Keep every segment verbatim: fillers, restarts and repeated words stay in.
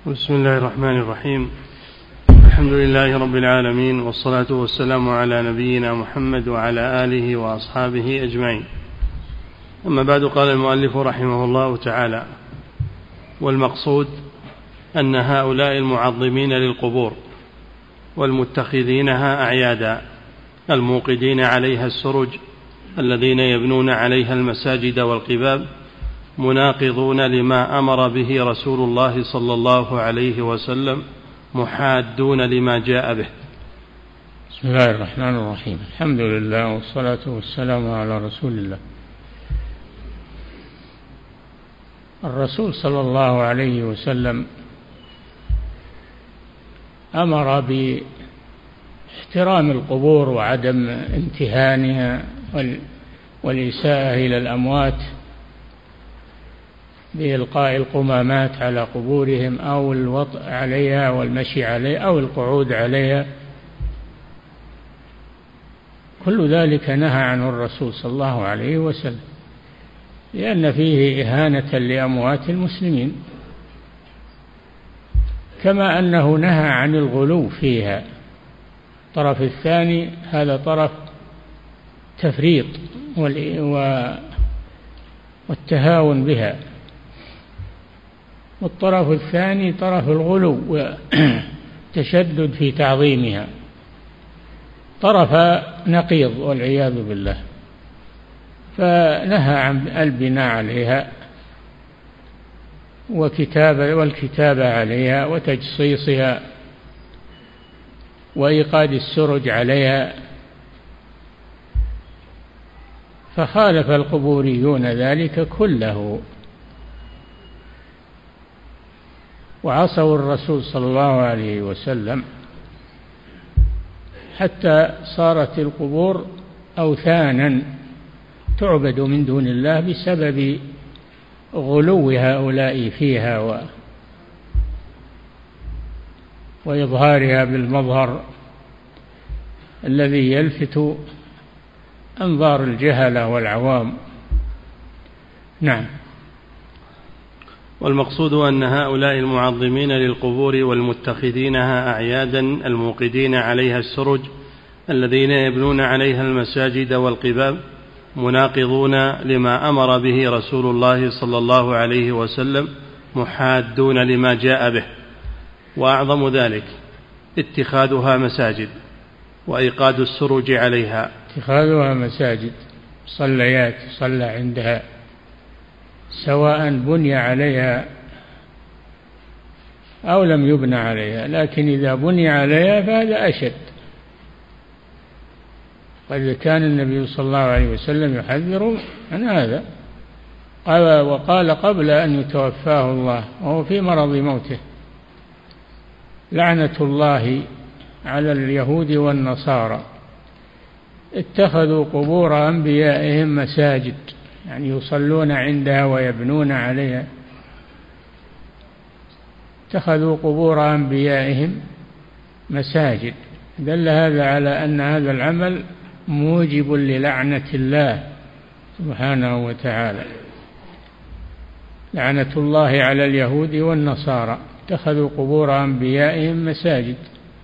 بسم الله الرحمن الرحيم. الحمد لله رب العالمين، والصلاة والسلام على نبينا محمد وعلى آله وأصحابه أجمعين. أما بعد، قال المؤلف رحمه الله تعالى: والمقصود أن هؤلاء المعظمين للقبور والمتخذينها أعيادا الموقدين عليها السرج الذين يبنون عليها المساجد والقباب مناقضون لما أمر به رسول الله صلى الله عليه وسلم محادون لما جاء به. بسم الله الرحمن الرحيم. الحمد لله والصلاة والسلام على رسول الله. الرسول صلى الله عليه وسلم أمر باحترام القبور وعدم امتهانها والإساءة إلى الأموات بإلقاء القمامات على قبورهم أو الوطء عليها والمشي عليها أو القعود عليها. كل ذلك نهى عنه الرسول صلى الله عليه وسلم، لأن فيه إهانة لأموات المسلمين، كما أنه نهى عن الغلو فيها. الطرف الثاني هذا طرف تفريط والتهاون بها، والطرف الثاني طرف الغلو والتشدد في تعظيمها، طرف نقيض والعياذ بالله. فنهى عن البناء عليها وكتابة والكتابة عليها وتجصيصها وإيقاد السرج عليها، فخالف القبوريون ذلك كله وعصوا الرسول صلى الله عليه وسلم، حتى صارت القبور أوثانا تعبد من دون الله بسبب غلو هؤلاء فيها و وإظهارها بالمظهر الذي يلفت أنظار الجهلة والعوام. نعم. والمقصود أن هؤلاء المعظمين للقبور والمتخذينها أعيادا الموقدين عليها السرج الذين يبنون عليها المساجد والقباب مناقضون لما أمر به رسول الله صلى الله عليه وسلم محادون لما جاء به، وأعظم ذلك اتخاذها مساجد وإيقاد السرج عليها. اتخاذها مساجد، صليات صلى عندها، سواء بني عليها أو لم يبنى عليها، لكن إذا بني عليها فهذا أشد. قد كان النبي صلى الله عليه وسلم يحذر عن هذا، قال وقال قبل أن يتوفاه الله وهو في مرض موته: لعنة الله على اليهود والنصارى اتخذوا قبور أنبيائهم مساجد، يعني يصلون عندها ويبنون عليها. اتخذوا قبور أنبيائهم مساجد، دل هذا على أن هذا العمل موجب للعنة الله سبحانه وتعالى. لعنة الله على اليهود والنصارى اتخذوا قبور أنبيائهم مساجد.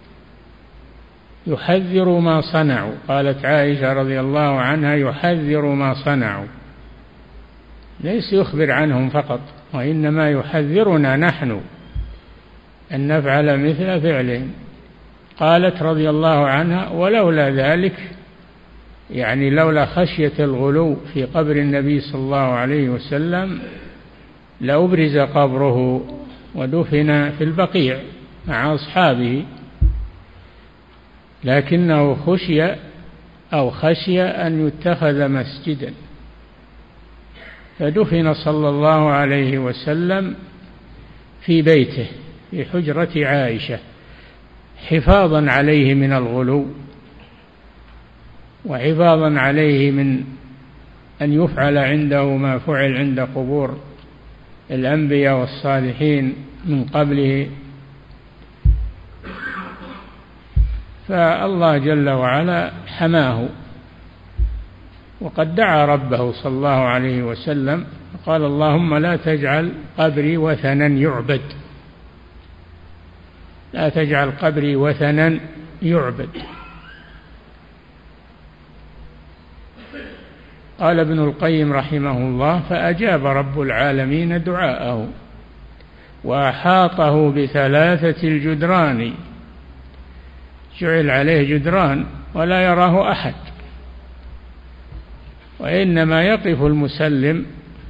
يحذر ما صنعوا، قالت عائشة رضي الله عنها: يحذر ما صنعوا، ليس يخبر عنهم فقط، وإنما يحذرنا نحن أن نفعل مثل فعلهم. قالت رضي الله عنها: ولولا ذلك، يعني لولا خشية الغلو في قبر النبي صلى الله عليه وسلم لأبرز قبره ودفن في البقيع مع أصحابه، لكنه خشي أو خشي أن يتخذ مسجدا، فدفن صلى الله عليه وسلم في بيته في حجرة عائشة حفاظا عليه من الغلو وحفاظا عليه من أن يفعل عنده ما فعل عند قبور الأنبياء والصالحين من قبله. فالله جل وعلا حماه، وقد دعا ربه صلى الله عليه وسلم قال: اللهم لا تجعل قبري وثنا يعبد. لا تجعل قبري وثنا يعبد. قال ابن القيم رحمه الله: فأجاب رب العالمين دعاءه وأحاطه بثلاثة الجدران، جعل عليه جدران ولا يراه أحد، وإنما يقف المسلم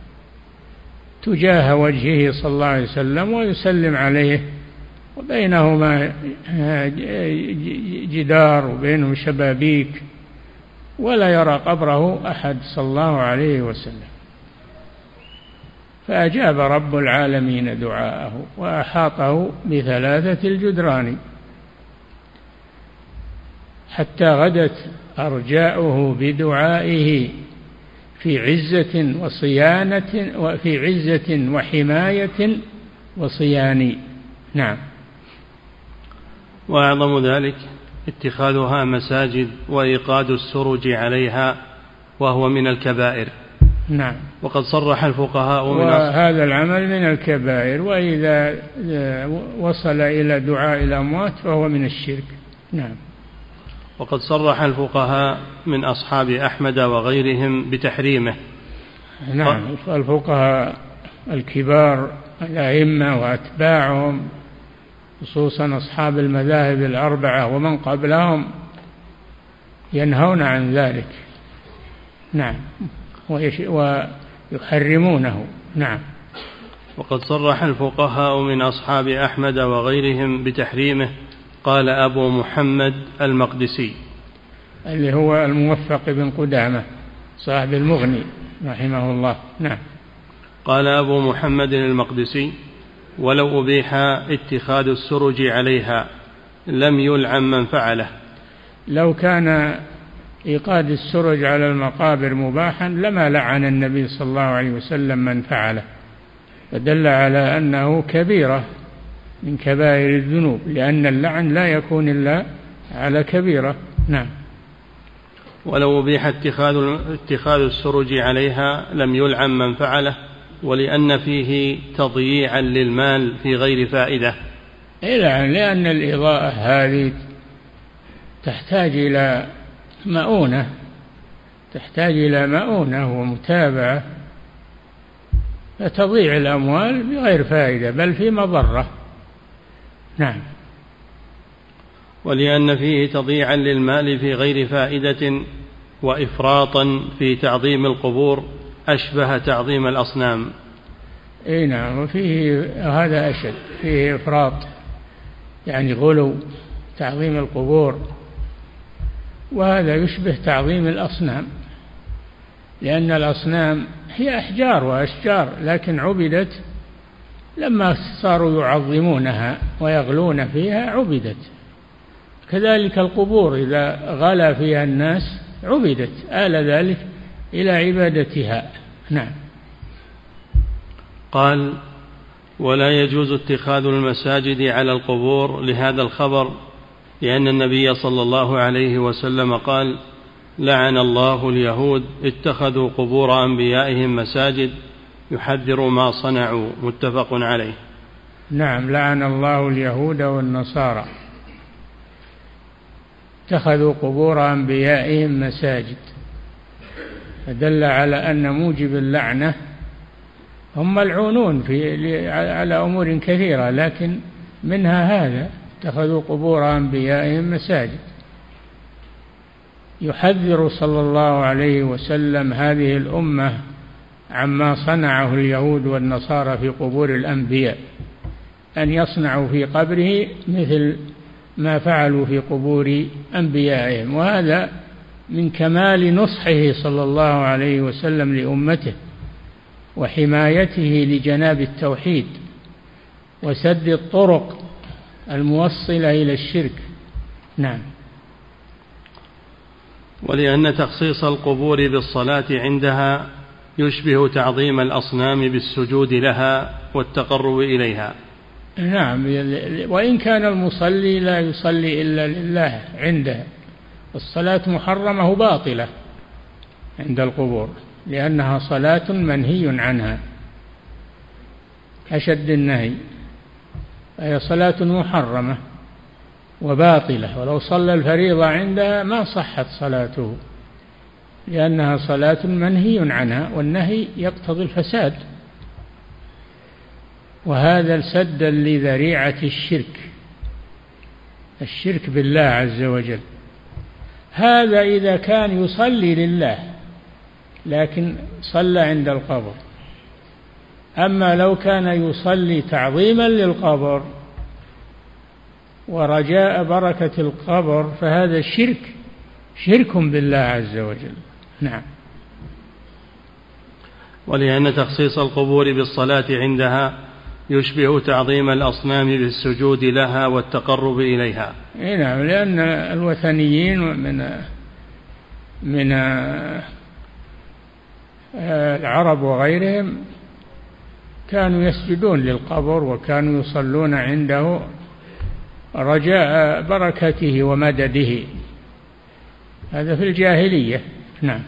تجاه وجهه صلى الله عليه وسلم ويسلم عليه، وبينهما جدار وبينهم شبابيك، ولا يرى قبره أحد صلى الله عليه وسلم. فأجاب رب العالمين دعاءه وأحاطه بثلاثة الجدران حتى غدت أرجاؤه بدعائه في عزة وصيانة، وفي عزة وحماية وصيان. نعم. وأعظم ذلك اتخاذها مساجد وإيقاد السرج عليها، وهو من الكبائر. نعم. وقد صرح الفقهاء من وهذا العمل من الكبائر، وإذا وصل إلى دعاء الأموات فهو من الشرك. نعم. وقد صرح الفقهاء من أصحاب أحمد وغيرهم بتحريمه. نعم. الفقهاء الكبار الأئمة وأتباعهم، خصوصا أصحاب المذاهب الأربعة ومن قبلهم، ينهون عن ذلك. نعم. ويحرمونه. نعم. وقد صرح الفقهاء من أصحاب أحمد وغيرهم بتحريمه. قال أبو محمد المقدسي، اللي هو الموفق بن قدامة صاحب المغني رحمه الله. نعم. قال أبو محمد المقدسي: ولو أبيح اتخاذ السرج عليها لم يلعن من فعله. لو كان إيقاد السرج على المقابر مباحا لما لعن النبي صلى الله عليه وسلم من فعله، فدل على أنه كبيرة من كبائر الذنوب، لأن اللعن لا يكون إلا على كبيرة. نعم. ولو أبيح اتخاذ اتخاذ السرج عليها لم يلعن من فعله، ولأن فيه تضييعا للمال في غير فائدة. لأن الإضاءة هذه تحتاج إلى مؤونة تحتاج إلى مؤونة ومتابعة، فتضيع الأموال بغير فائدة بل في مضرة. نعم. ولأن فيه تضييعا للمال في غير فائدة وإفراطا في تعظيم القبور أشبه تعظيم الأصنام. اي نعم. وفيه هذا أشد، فيه إفراط يعني غلو تعظيم القبور، وهذا يشبه تعظيم الأصنام، لأن الأصنام هي أحجار وأشجار لكن عبدت لما صاروا يعظمونها ويغلون فيها عبدت. كذلك القبور إذا غلا فيها الناس عبدت، آل ذلك إلى عبادتها. نعم. قال: ولا يجوز اتخاذ المساجد على القبور لهذا الخبر، لأن النبي صلى الله عليه وسلم قال: لعن الله اليهود اتخذوا قبور أنبيائهم مساجد يحذر ما صنعوا. متفق عليه. نعم. لعن الله اليهود والنصارى اتخذوا قبور أنبيائهم مساجد، فدل على أن موجب اللعنة هم ملعونون في على أمور كثيرة، لكن منها هذا: اتخذوا قبور أنبيائهم مساجد. يحذر صلى الله عليه وسلم هذه الأمة عما صنعه اليهود والنصارى في قبور الأنبياء، أن يصنعوا في قبره مثل ما فعلوا في قبور أنبيائهم، وهذا من كمال نصحه صلى الله عليه وسلم لأمته وحمايته لجناب التوحيد وسد الطرق الموصلة إلى الشرك. نعم. ولأن تخصيص القبور بالصلاة عندها يشبه تعظيم الأصنام بالسجود لها والتقرب إليها. نعم. وإن كان المصلي لا يصلي إلا لله عندها، الصلاة محرمة باطلة عند القبور، لأنها صلاة منهي عنها أشد النهي، فهي صلاة محرمة. وباطلة، ولو صلى الفريضة عندها ما صحت صلاته، لأنها صلاة منهي عنها، والنهي يقتضي الفساد، وهذا سدا لذريعة الشرك، الشرك بالله عز وجل. هذا إذا كان يصلي لله لكن صلى عند القبر. أما لو كان يصلي تعظيما للقبر ورجاء بركة القبر فهذا شرك، شرك بالله عز وجل. نعم. ولأن تخصيص القبور بالصلاة عندها يشبه تعظيم الأصنام بالسجود لها والتقرب إليها. نعم، لأن الوثنيين من من العرب وغيرهم كانوا يسجدون للقبر وكانوا يصلون عنده رجاء بركته ومدده، هذا في الجاهلية. نعم.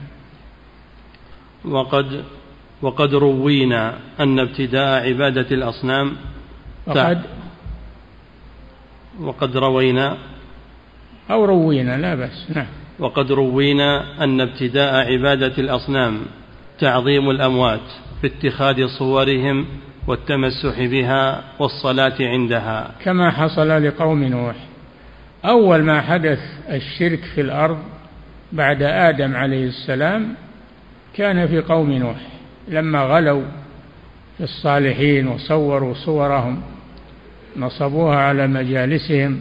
وقد وقد روينا أن ابتداء عبادة الأصنام وقد وقد روينا أو روينا لا بس. نعم. وقد روينا أن ابتداء عبادة الأصنام تعظيم الأموات باتخاذ صورهم والتمسح بها والصلاة عندها، كما حصل لقوم نوح. أول ما حدث الشرك في الأرض بعد آدم عليه السلام كان في قوم نوح، لما غلوا في الصالحين وصوروا صورهم نصبوها على مجالسهم،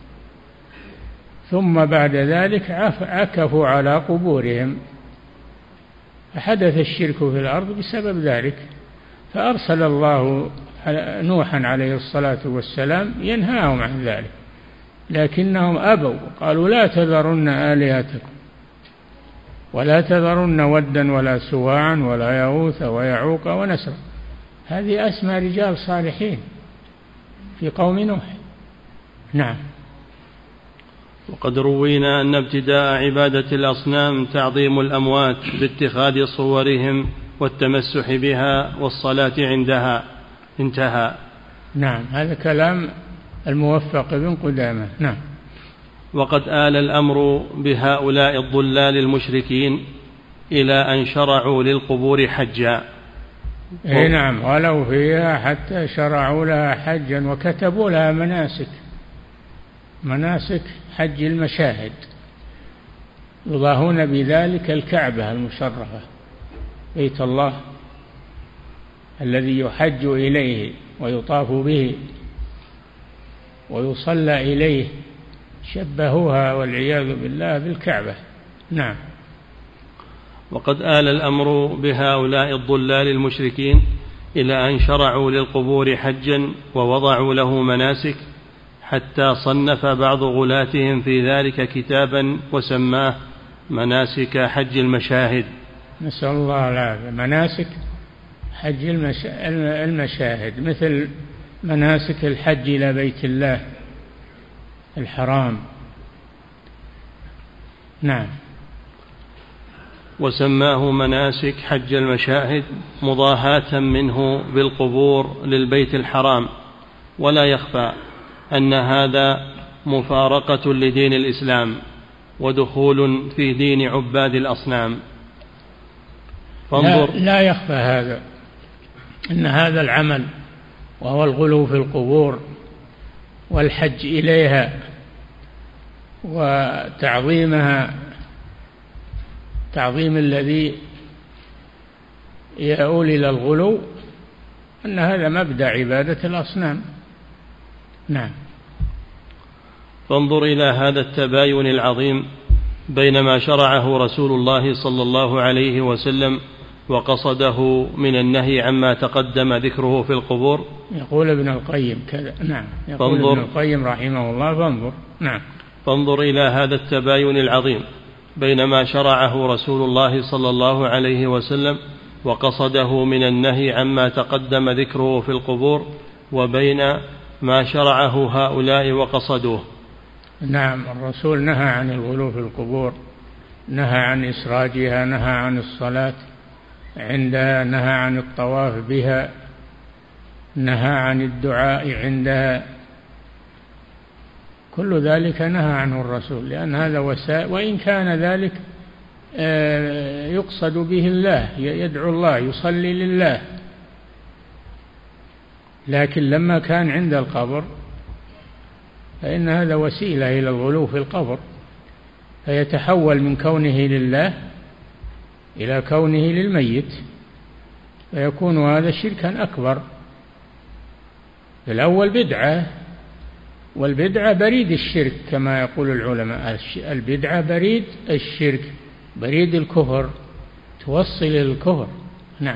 ثم بعد ذلك عكفوا على قبورهم، فحدث الشرك في الأرض بسبب ذلك. فأرسل الله نوحا عليه الصلاة والسلام ينهاهم عن ذلك، لكنهم أبوا، قالوا لا تذرن آلهتكم ولا تذرن ودا ولا سواعا ولا يغوث ويعوق ونسرا، هذه أسماء رجال صالحين في قوم نوح. نعم. وقد روينا أن ابتداء عبادة الأصنام تعظيم الأموات باتخاذ صورهم والتمسح بها والصلاة عندها، انتهى. نعم، هذا كلام الموفق بن قدامة. نعم. وقد آل الأمر بهؤلاء الضلال المشركين إلى أن شرعوا للقبور حجا. إيه نعم، ولو فيها حتى شرعوا لها حجا وكتبوا لها مناسك، مناسك حج المشاهد، يضاهون بذلك الكعبة المشرفة، بيت الله الذي يحج إليه ويطاف به ويصلى إليه، شبهوها والعياذ بالله بالكعبة. نعم. وقد آل الأمر بهؤلاء الضلال المشركين إلى أن شرعوا للقبور حجا ووضعوا له مناسك، حتى صنف بعض غلاتهم في ذلك كتابا وسماه مناسك حج المشاهد. نسأل الله العافية. مناسك حج المشاهد مثل مناسك الحج إلى بيت الله الحرام. نعم. وسماه مناسك حج المشاهد مضاهاة منه بالقبور للبيت الحرام، ولا يخفى أن هذا مفارقة لدين الإسلام ودخول في دين عباد الأصنام. لا, لا يخفى هذا، أن هذا العمل وهو الغلو في القبور والحج إليها وتعظيمها، تعظيم الذي يؤول إلى الغلو، أن هذا مبدأ عبادة الأصنام. نعم. فانظر إلى هذا التباين العظيم بين ما شرعه رسول الله صلى الله عليه وسلم وقصده من النهي عما تقدم ذكره في القبور. يقول ابن القيم كذا. نعم. يقول ابن القيم رحمه الله. فانظر. نعم. فانظر إلى هذا التباين العظيم بين ما شرعه رسول الله صلى الله عليه وسلم وقصده من النهي عما تقدم ذكره في القبور، وبين ما شرعه هؤلاء وقصدوه. نعم. الرسول نهى عن الغلو في القبور، نهى عن إسراجها، نهى عن الصلاة عندها، نهى عن الطواف بها، نهى عن الدعاء عندها، كل ذلك نهى عنه الرسول، لأن هذا وسائل، وإن كان ذلك يقصد به الله، يدعو الله، يصلي لله، لكن لما كان عند القبر فإن هذا وسيلة إلى الغلو في القبر، فيتحول من كونه لله إلى كونه للميت، فيكون هذا شركا أكبر. الأول بدعة، والبدعة بريد الشرك كما يقول العلماء، البدعة بريد الشرك، بريد الكفر، توصل إلى الكفر. نعم.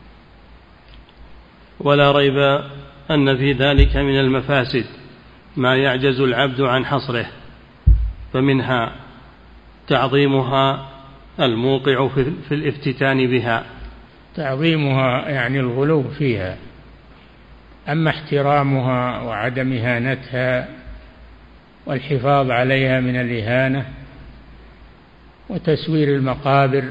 ولا ريب أن في ذلك من المفاسد ما يعجز العبد عن حصره، فمنها تعظيمها الموقع في الافتتان بها. تعظيمها يعني الغلو فيها، أما احترامها وعدم إهانتها والحفاظ عليها من الإهانة وتسوير المقابر،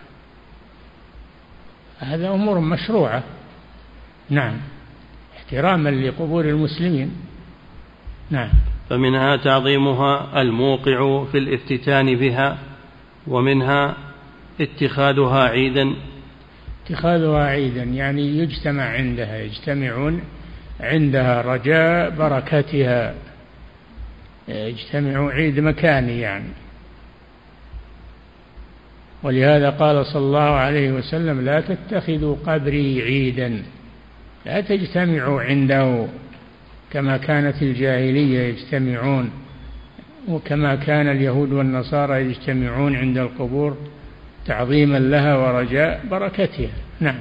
هذا أمور مشروعة. نعم، احتراما لقبور المسلمين. نعم. فمنها تعظيمها الموقع في الافتتان بها، ومنها اتخاذها عيدا. اتخاذها عيدا يعني يجتمع عندها، يجتمعون عندها رجاء بركتها، يجتمعوا عيد مكاني يعني. ولهذا قال صلى الله عليه وسلم: لا تتخذوا قبري عيدا، لا تجتمعوا عنده كما كانت الجاهلية يجتمعون، وكما كان اليهود والنصارى يجتمعون عند القبور تعظيما لها ورجاء بركتها. نعم.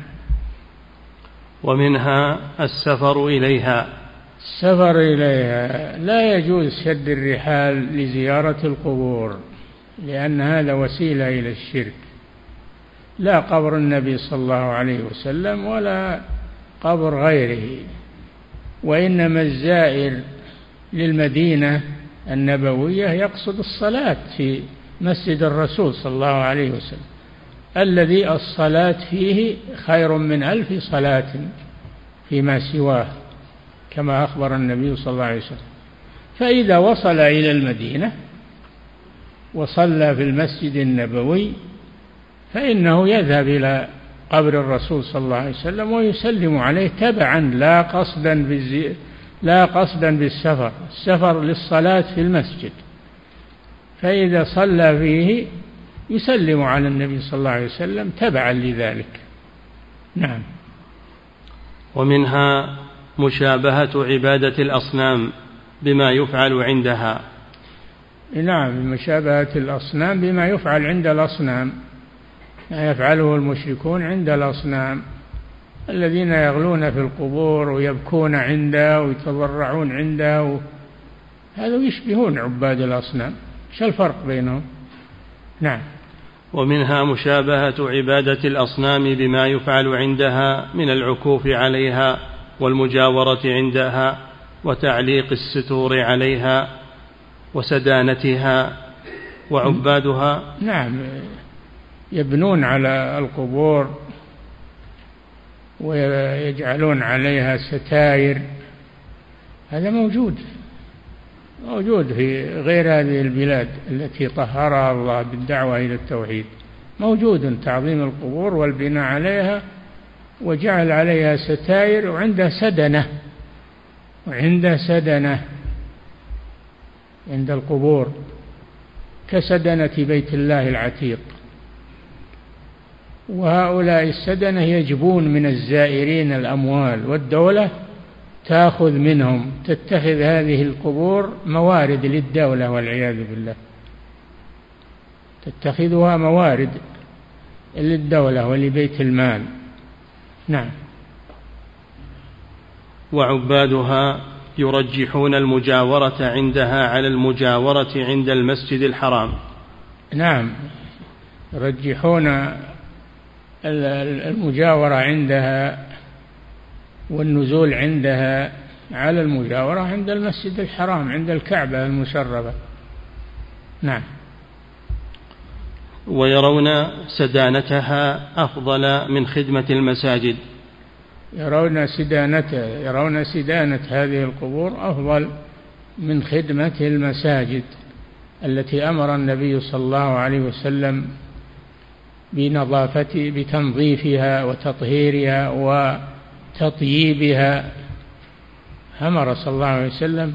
ومنها السفر إليها. السفر إليها لا يجوز شد الرحال لزيارة القبور، لأن هذا وسيلة إلى الشرك، لا قبر النبي صلى الله عليه وسلم ولا قبر غيره، وإنما الزائر للمدينة النبوية يقصد الصلاة في مسجد الرسول صلى الله عليه وسلم، الذي الصلاة فيه خير من ألف صلاة فيما سواه، كما أخبر النبي صلى الله عليه وسلم. فإذا وصل إلى المدينة وصلى في المسجد النبوي فإنه يذهب إلى قبر الرسول صلى الله عليه وسلم ويسلم عليه تبعا، لا قصدا بالزي... لا قصدا بالسفر، السفر للصلاة في المسجد، فإذا صلى فيه يسلم على النبي صلى الله عليه وسلم تبعا لذلك. نعم. ومنها مشابهة عبادة الأصنام بما يفعل عندها. نعم، مشابهة الأصنام بما يفعل عند الأصنام، ما يفعله المشركون عند الأصنام الذين يغلون في القبور ويبكون عنده ويتضرعون عنده و... هذا يشبهون عباد الأصنام. ايش الفرق بينهم؟ نعم. ومنها مشابهة عبادة الأصنام بما يفعل عندها من العكوف عليها والمجاورة عندها وتعليق الستور عليها وسدانتها وعبادها. نعم، يبنون على القبور ويجعلون عليها ستائر، هذا موجود موجود في غير هذه البلاد التي طهرها الله بالدعوة إلى التوحيد، موجود تعظيم القبور والبناء عليها وجعل عليها ستائر وعندها سدنة وعندها سدنة عند القبور كسدنة بيت الله العتيق. وهؤلاء السدنة يجبون من الزائرين الأموال، والدولة تأخذ منهم، تتخذ هذه القبور موارد للدولة والعياذ بالله، تتخذها موارد للدولة ولبيت المال. نعم. وعبادها يرجحون المجاورة عندها على المجاورة عند المسجد الحرام. نعم، يرجحون المجاورة عندها والنزول عندها على المجاورة عند المسجد الحرام، عند الكعبة المشرفة. نعم. ويرون سدانتها أفضل من خدمة المساجد. يرون سدانتها، يرون سدانة هذه القبور أفضل من خدمة المساجد التي أمر النبي صلى الله عليه وسلم بنظافة بتنظيفها وتطهيرها وتطييبها. أمر صلى الله عليه وسلم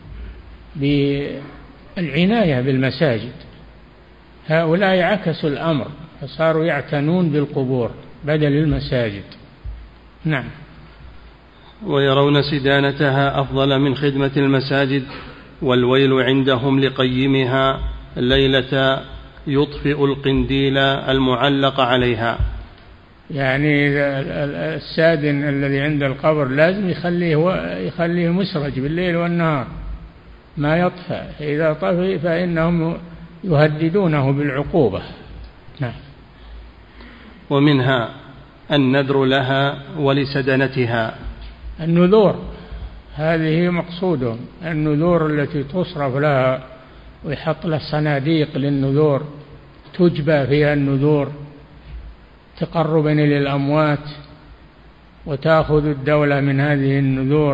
بالعناية بالمساجد. هؤلاء عكسوا الأمر فصاروا يعتنون بالقبور بدل المساجد. نعم. ويرون سدانتها أفضل من خدمة المساجد، والويل عندهم لقيمها ليلة يطفئ القنديل المعلق عليها. يعني السادن الذي عند القبر لازم يخليه يخليه مسرج بالليل والنهار ما يطفأ، إذا طفئ فإنهم يهددونه بالعقوبة. نعم. ومنها النذر لها ولسدنتها. النذور هذه مقصودهم، النذور التي تصرف لها ويحط لها صناديق للنذور تجبى فيها النذور تقربا إلى الأموات، وتأخذ الدولة من هذه النذور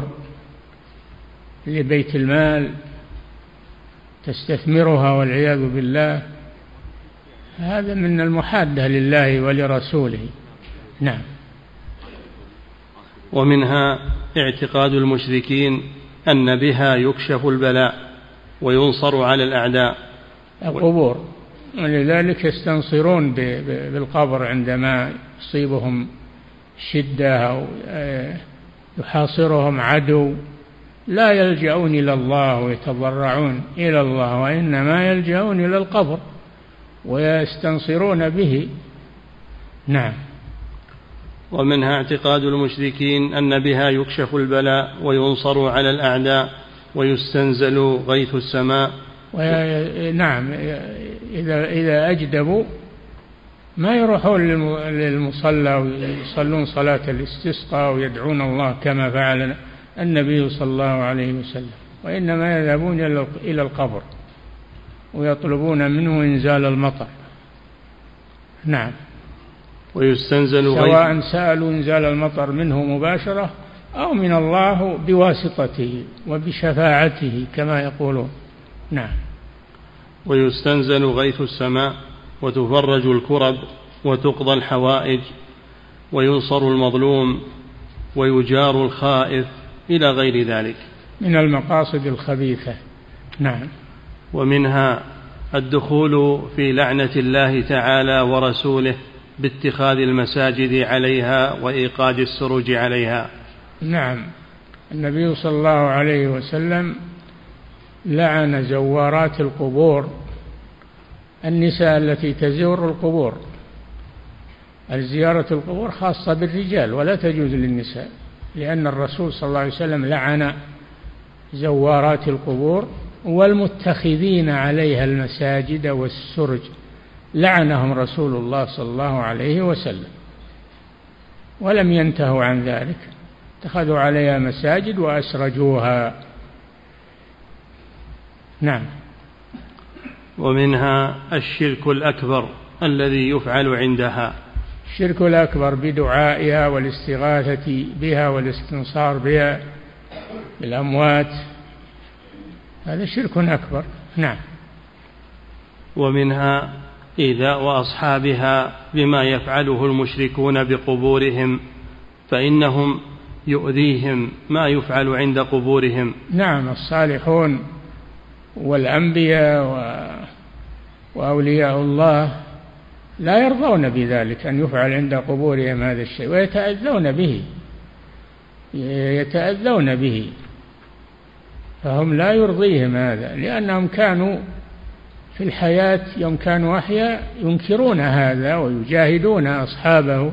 لبيت المال تستثمرها والعياذ بالله. هذا من المحادة لله ولرسوله. نعم. ومنها اعتقاد المشركين أن بها يكشف البلاء وينصر على الأعداء. القبور ولذلك يستنصرون بالقبر عندما يصيبهم شدة أو يحاصرهم عدو، لا يلجؤون إلى الله ويتضرعون إلى الله، وإنما يلجؤون إلى القبر ويستنصرون به. نعم. ومنها اعتقاد المشركين أن بها يكشف البلاء وينصر على الأعداء ويستنزل غيث السماء. نعم. إذا إذا أجدبوا ما يروحون للمصلى ويصلون صلاة الاستسقاء ويدعون الله كما فعل النبي صلى الله عليه وسلم، وإنما يذهبون إلى القبر ويطلبون منه إنزال المطر. نعم. ويستنزل سواء سألوا إنزال المطر منه مباشرة أو من الله بواسطته وبشفاعته كما يقولون. نعم. ويستنزل غيث السماء وتفرج الكرب وتقضى الحوائج وينصر المظلوم ويجار الخائف إلى غير ذلك من المقاصد الخبيثة. نعم. ومنها الدخول في لعنة الله تعالى ورسوله باتخاذ المساجد عليها وإيقاد السروج عليها. نعم. النبي صلى الله عليه وسلم لعن زوارات القبور، النساء التي تزور القبور. الزيارة القبور خاصة بالرجال ولا تجوز للنساء، لأن الرسول صلى الله عليه وسلم لعن زوارات القبور والمتخذين عليها المساجد والسرج، لعنهم رسول الله صلى الله عليه وسلم، ولم ينتهوا عن ذلك، اتخذوا عليها مساجد وأسرجوها. نعم. ومنها الشرك الأكبر الذي يفعل عندها. الشرك الأكبر بدعائها والاستغاثة بها والاستنصار بها بالأموات، هذا شرك أكبر. نعم. ومنها إيذاء أصحابها بما يفعله المشركون بقبورهم، فإنهم يؤذيهم ما يفعل عند قبورهم. نعم. الصالحون والأنبياء وأولياء الله لا يرضون بذلك أن يفعل عند قبورهم هذا الشيء، ويتأذون به يتأذون به فهم لا يرضيهم هذا، لأنهم كانوا في الحياة يوم كانوا أحياء ينكرون هذا ويجاهدون أصحابه،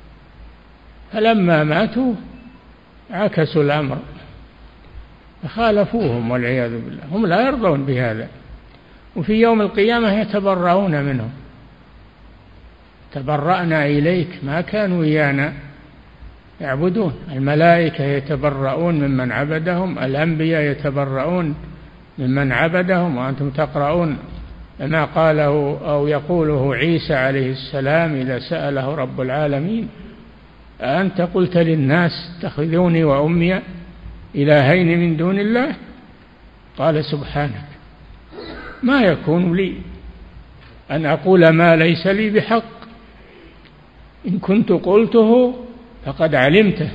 فلما ماتوا عكسوا الأمر فخالفوهم والعياذ بالله، هم لا يرضون بهذا، وفي يوم القيامة يتبرؤون منهم. تبرأنا إليك، ما كانوا إيانا يعبدون. الملائكة يتبرؤون ممن عبدهم، الأنبياء يتبرؤون ممن عبدهم، وأنتم تقرؤون ما قاله أو يقوله عيسى عليه السلام إذا سأله رب العالمين: أنت قلت للناس اتخذوني وأمي إلهين من دون الله؟ قال سبحانك ما يكون لي أن أقول ما ليس لي بحق، إن كنت قلته فقد علمته،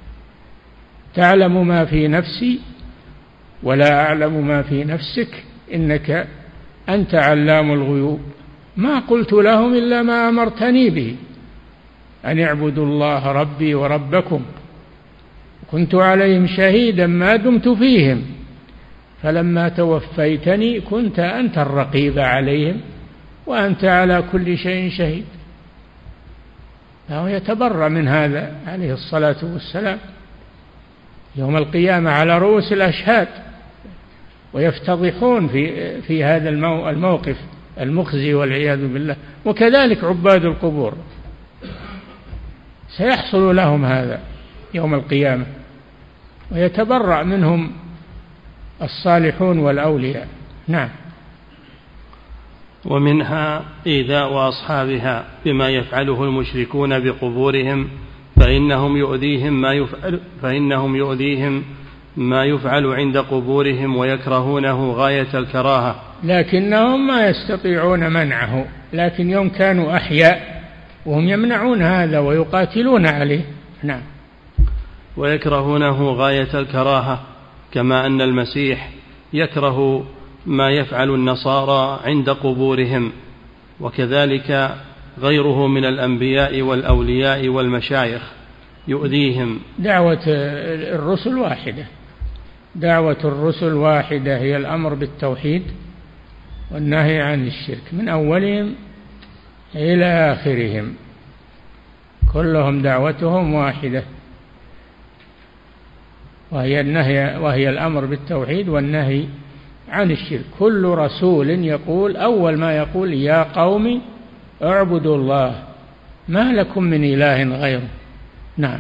تعلم ما في نفسي ولا أعلم ما في نفسك، إنك أنت علام الغيوب. ما قلت لهم إلا ما أمرتني به، أن اعبدوا الله ربي وربكم، كنت عليهم شهيدا ما دمت فيهم، فلما توفيتني كنت أنت الرقيب عليهم وأنت على كل شيء شهيد. فهو يتبرأ من هذا عليه الصلاة والسلام يوم القيامة على رؤوس الأشهاد، ويفتضحون في في هذا الموقف المخزي والعياذ بالله. وكذلك عباد القبور سيحصل لهم هذا يوم القيامة، ويتبرأ منهم الصالحون والأولياء. نعم. ومنها إيذاء أصحابها بما يفعله المشركون بقبورهم، فإنهم يؤذيهم ما يفعل فإنهم يؤذيهم ما يفعل عند قبورهم ويكرهونه غاية الكراهة، لكنهم ما يستطيعون منعه، لكن يوم كانوا أحياء وهم يمنعون هذا ويقاتلون عليه. نعم. ويكرهونه غاية الكراهة، كما أن المسيح يكره ما يفعل النصارى عند قبورهم، وكذلك غيره من الأنبياء والأولياء والمشايخ يؤذيهم. دعوة الرسل واحدة، دعوة الرسل واحدة، هي الأمر بالتوحيد والنهي عن الشرك من أولهم إلى آخرهم، كلهم دعوتهم واحدة، وهي النهي وهي الأمر بالتوحيد والنهي عن الشرك. كل رسول يقول أول ما يقول يا قوم اعبدوا الله ما لكم من إله غيره. نعم.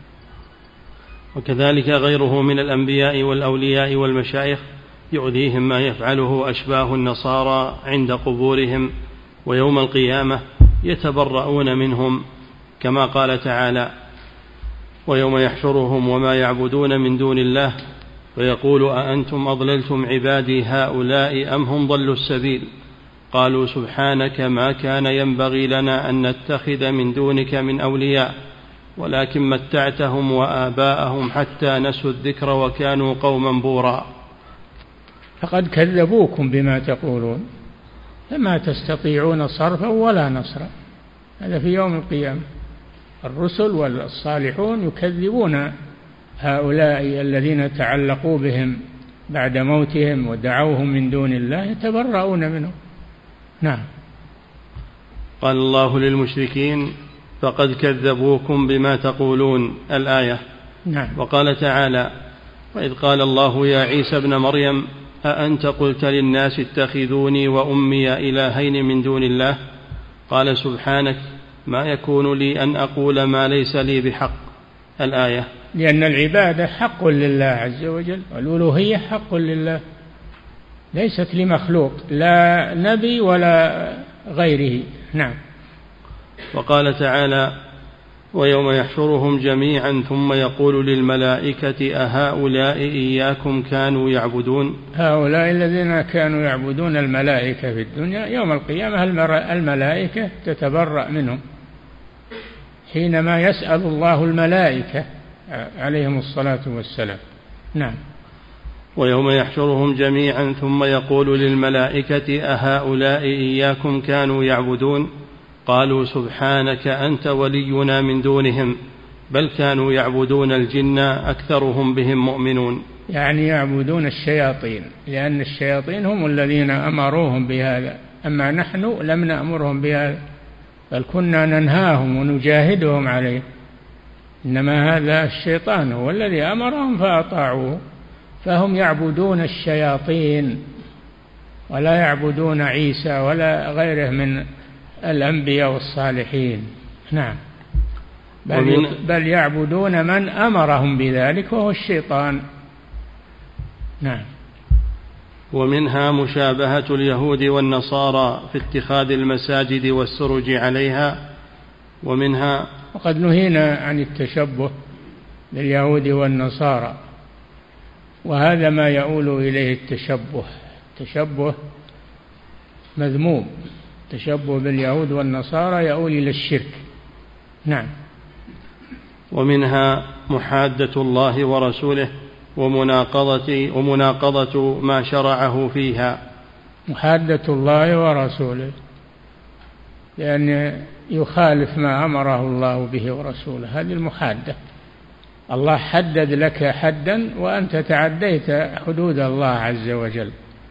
وكذلك غيره من الأنبياء والأولياء والمشايخ يؤذيهم ما يفعله أشباه النصارى عند قبورهم، ويوم القيامة يتبرؤون منهم، كما قال تعالى ويوم يحشرهم وما يعبدون من دون الله فيقول أأنتم أضللتم عبادي هؤلاء أم هم ضلوا السبيل قالوا سبحانك ما كان ينبغي لنا أن نتخذ من دونك من أولياء ولكن متعتهم وآباءهم حتى نسوا الذكر وكانوا قوما بورا. فقد كذبوكم بما تقولون فما تستطيعون صرفا ولا نصرا. هذا في يوم القيامة الرسل والصالحون يكذبون هؤلاء الذين تعلقوا بهم بعد موتهم ودعوهم من دون الله، يتبرؤون منهم. نعم. قال الله للمشركين فقد كذبوكم بما تقولون، الآية. نعم. وقال تعالى وإذ قال الله يا عيسى ابن مريم أأنت قلت للناس اتخذوني وأمي إلهين من دون الله قال سبحانك ما يكون لي أن أقول ما ليس لي بحق، الآية. لأن العبادة حق لله عز وجل، والألوهية حق لله ليست لمخلوق لا نبي ولا غيره. نعم. وقال تعالى ويوم يحشرهم جميعا ثم يقول للملائكة أهؤلاء إياكم كانوا يعبدون. هؤلاء الذين كانوا يعبدون الملائكة في الدنيا يوم القيامة الملائكة تتبرأ منهم حينما يسأل الله الملائكة عليهم الصلاة والسلام. نعم. ويوم يحشرهم جميعا ثم يقول للملائكة أهؤلاء إياكم كانوا يعبدون قالوا سبحانك أنت ولينا من دونهم بل كانوا يعبدون الجن أكثرهم بهم مؤمنون. يعني يعبدون الشياطين، لأن الشياطين هم الذين أمروهم بهذا، أما نحن لم نأمرهم بهذا بل كنا ننهاهم ونجاهدهم عليه، إنما هذا الشيطان هو الذي أمرهم فأطاعوه، فهم يعبدون الشياطين ولا يعبدون عيسى ولا غيره من الأنبياء والصالحين. نعم. بل, بل يعبدون من أمرهم بذلك وهو الشيطان. نعم. ومنها مشابهة اليهود والنصارى في اتخاذ المساجد والسرج عليها. ومنها وقد نهينا عن التشبه باليهود والنصارى وهذا ما يؤول إليه التشبه. التشبه مذموم، التشبه باليهود والنصارى يؤول إلى الشرك. نعم. ومنها محادة الله ورسوله ومناقضة ومناقضة ما شرعه فيها. محادة الله ورسوله لأن يخالف ما أمره الله به ورسوله، هذه المحادة. الله حدد لك حدا وأنت تعديت حدود الله عز وجل،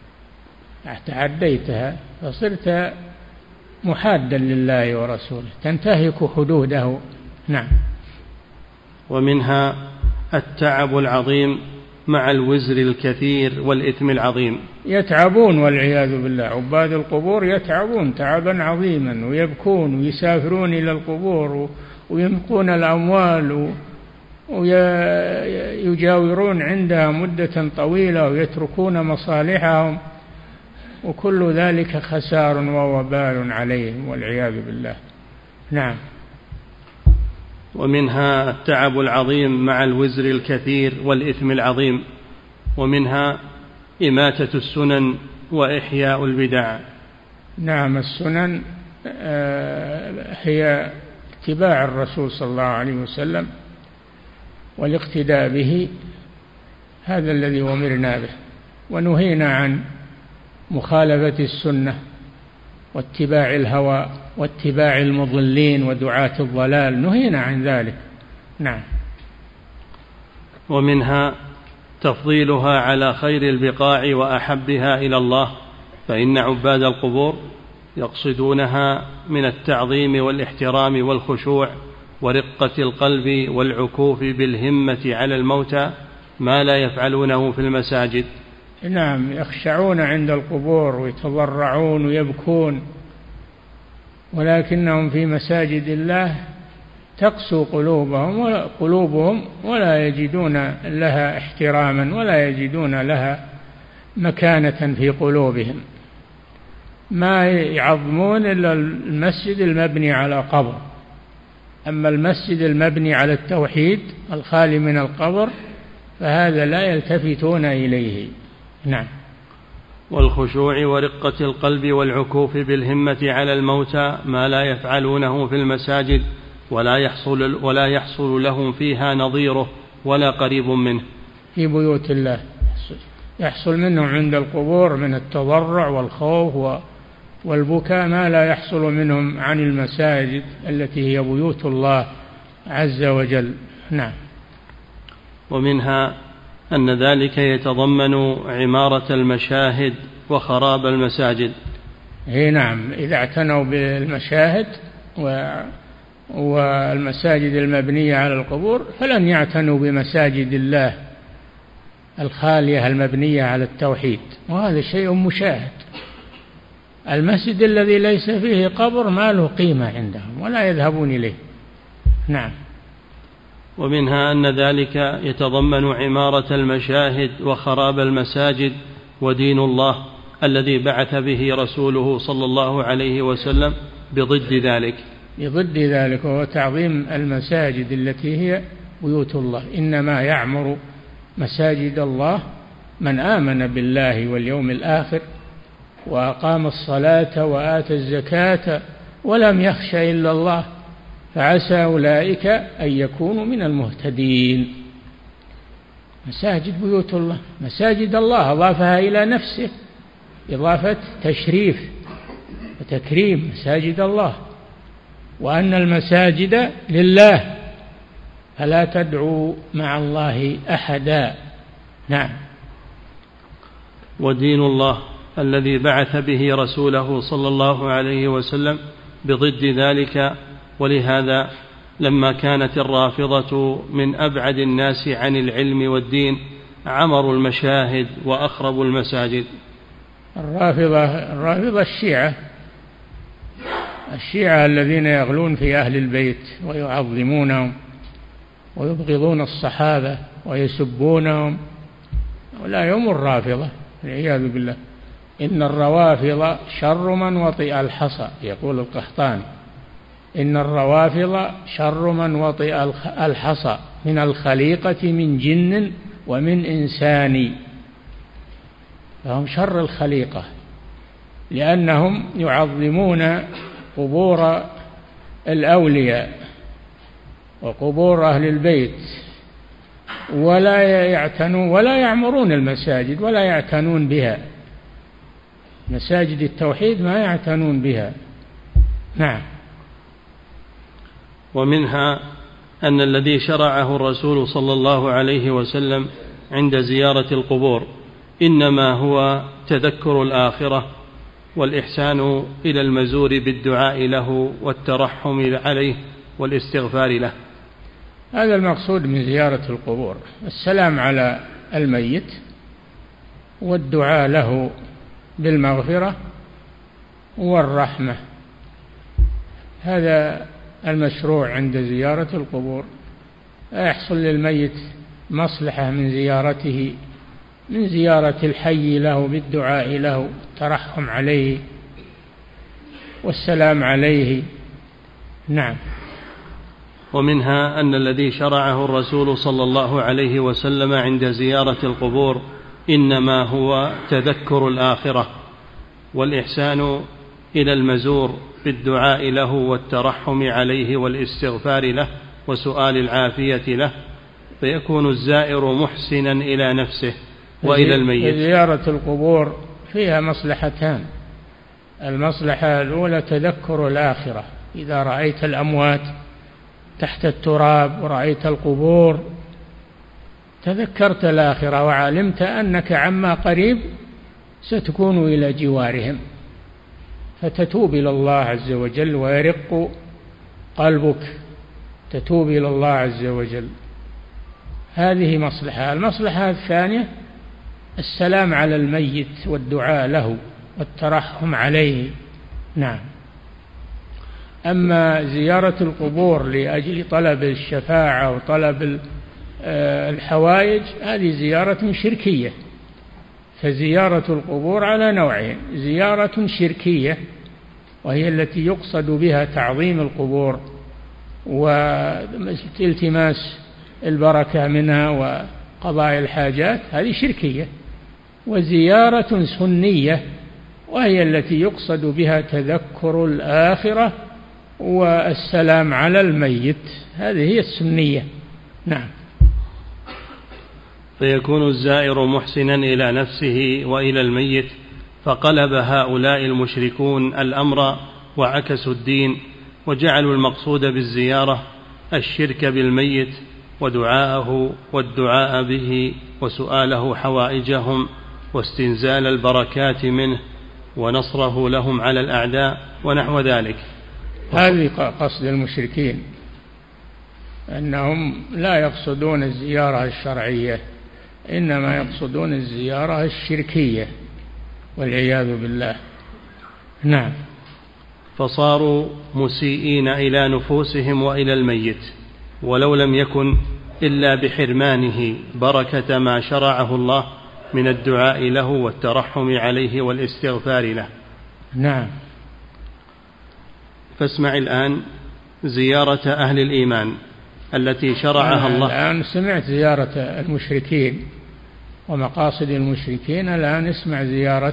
تعديتها فصرت محادا لله ورسوله، تنتهك حدوده. نعم. ومنها التعب العظيم مع الوزر الكثير والإثم العظيم. يتعبون والعياذ بالله، عباد القبور يتعبون تعبا عظيما، ويبكون ويسافرون إلى القبور وينفقون الأموال ويجاورون عندها مدة طويلة ويتركون مصالحهم، وكل ذلك خسار ووبال عليهم والعياذ بالله. نعم. ومنها التعب العظيم مع الوزر الكثير والإثم العظيم. ومنها إماتة السنن وإحياء البدع. نعم. السنن هي اتباع الرسول صلى الله عليه وسلم والاقتداء به، هذا الذي أمرنا به، ونهينا عن مخالفة السنة واتباع الهوى واتباع المضلين ودعاة الضلال، نهينا عن ذلك. نعم. ومنها تفضيلها على خير البقاع وأحبها إلى الله، فإن عباد القبور يقصدونها من التعظيم والاحترام والخشوع ورقة القلب والعكوف بالهمة على الموتى ما لا يفعلونه في المساجد. نعم. يخشعون عند القبور ويتضرعون ويبكون، ولكنهم في مساجد الله تقسو قلوبهم قلوبهم ولا يجدون لها احتراما ولا يجدون لها مكانة في قلوبهم. ما يعظمون إلا المسجد المبني على قبر، أما المسجد المبني على التوحيد الخالي من القبر فهذا لا يلتفتون إليه. نعم. والخشوع ورقة القلب والعكوف بالهمة على الموتى ما لا يفعلونه في المساجد ولا يحصل, ولا يحصل لهم فيها نظيره ولا قريب منه. في بيوت الله يحصل منهم عند القبور من التضرع والخوف والبكاء ما لا يحصل منهم عن المساجد التي هي بيوت الله عز وجل. نعم. ومنها أن ذلك يتضمن عمارة المشاهد وخراب المساجد. هي نعم. إذا اعتنوا بالمشاهد والمساجد المبنية على القبور فلن يعتنوا بمساجد الله الخالية المبنية على التوحيد، وهذا شيء مشاهد. المسجد الذي ليس فيه قبر ما له قيمة عندهم ولا يذهبون إليه. نعم. ومنها أن ذلك يتضمن عمارة المشاهد وخراب المساجد ودين الله الذي بعث به رسوله صلى الله عليه وسلم بضد ذلك بضد ذلك وهو تعظيم المساجد التي هي بيوت الله. إنما يعمر مساجد الله من آمن بالله واليوم الآخر وأقام الصلاة وآتى الزكاة ولم يخش إلا الله، فعسى أولئك أن يكونوا من المهتدين. مساجد بيوت الله، مساجد الله أضافها إلى نفسه إضافة تشريف وتكريم، مساجد الله، وأن المساجد لله فلا تدعوا مع الله أحدا. نعم. ودين الله الذي بعث به رسوله صلى الله عليه وسلم بضد ذلك. ولهذا لما كانت الرافضة من أبعد الناس عن العلم والدين عمروا المشاهد وأخربوا المساجد. الرافضة الرافضة الشيعة الشيعة الذين يغلون في أهل البيت ويعظمونهم ويبغضون الصحابة ويسبونهم، ولا يوم الرافضة والعياذ بالله. إن الروافض شر من وطئ الحصى، يقول القحطاني، إن الروافض شر من وطئ الحصى من الخليقة من جن ومن إنسان، فهم شر الخليقة، لأنهم يعظمون قبور الأولياء وقبور أهل البيت، ولا يعتنون ولا يعمرون المساجد ولا يعتنون بها، مساجد التوحيد ما يعتنون بها. نعم. ومنها أن الذي شرعه الرسول صلى الله عليه وسلم عند زيارة القبور إنما هو تذكر الآخرة والإحسان إلى المزور بالدعاء له والترحم عليه والاستغفار له. هذا المقصود من زيارة القبور، السلام على الميت والدعاء له بالمغفرة والرحمة، هذا المشروع عند زيارة القبور. يحصل للميت مصلحة من زيارته، من زيارة الحي له بالدعاء له الترحم عليه والسلام عليه. نعم. ومنها أن الذي شرعه الرسول صلى الله عليه وسلم عند زيارة القبور إنما هو تذكر الآخرة والإحسان إلى المزور بالدعاء له والترحم عليه والاستغفار له وسؤال العافية له، فيكون الزائر محسنا إلى نفسه وإلى الميت. زيارة القبور فيها مصلحتان، المصلحة الأولى تذكر الآخرة، إذا رأيت الأموات تحت التراب ورأيت القبور تذكرت الآخرة وعلمت أنك عما قريب ستكون إلى جوارهم، فتتوب إلى الله عز وجل ويرق قلبك، تتوب إلى الله عز وجل. هذه مصلحة. المصلحة الثانية السلام على الميت والدعاء له والترحم عليه. نعم. أما زيارة القبور لأجل طلب الشفاعة وطلب الحوائج هذه زيارة شركية. فزيارة القبور على نوعين: زيارة شركية وهي التي يقصد بها تعظيم القبور والتماس البركة منها وقضاء الحاجات، هذه شركية. وزيارة سنية وهي التي يقصد بها تذكر الآخرة والسلام على الميت، هذه هي السنية. نعم. فيكون الزائر محسنا إلى نفسه وإلى الميت، فقلب هؤلاء المشركون الأمر وعكسوا الدين وجعلوا المقصود بالزيارة الشرك بالميت ودعاءه والدعاء به وسؤاله حوائجهم واستنزال البركات منه ونصره لهم على الأعداء ونحو ذلك. هذه قصد المشركين، أنهم لا يقصدون الزيارة الشرعية، إنما يقصدون الزيارة الشركية والعياذ بالله. نعم. فصاروا مسيئين إلى نفوسهم وإلى الميت، ولو لم يكن إلا بحرمانه بركة ما شرعه الله من الدعاء له والترحم عليه والاستغفار له. نعم. فاسمع الآن زيارة أهل الإيمان التي شرعها الله. الآن سمعت زيارة المشركين ومقاصد المشركين، الآن اسمع زيارة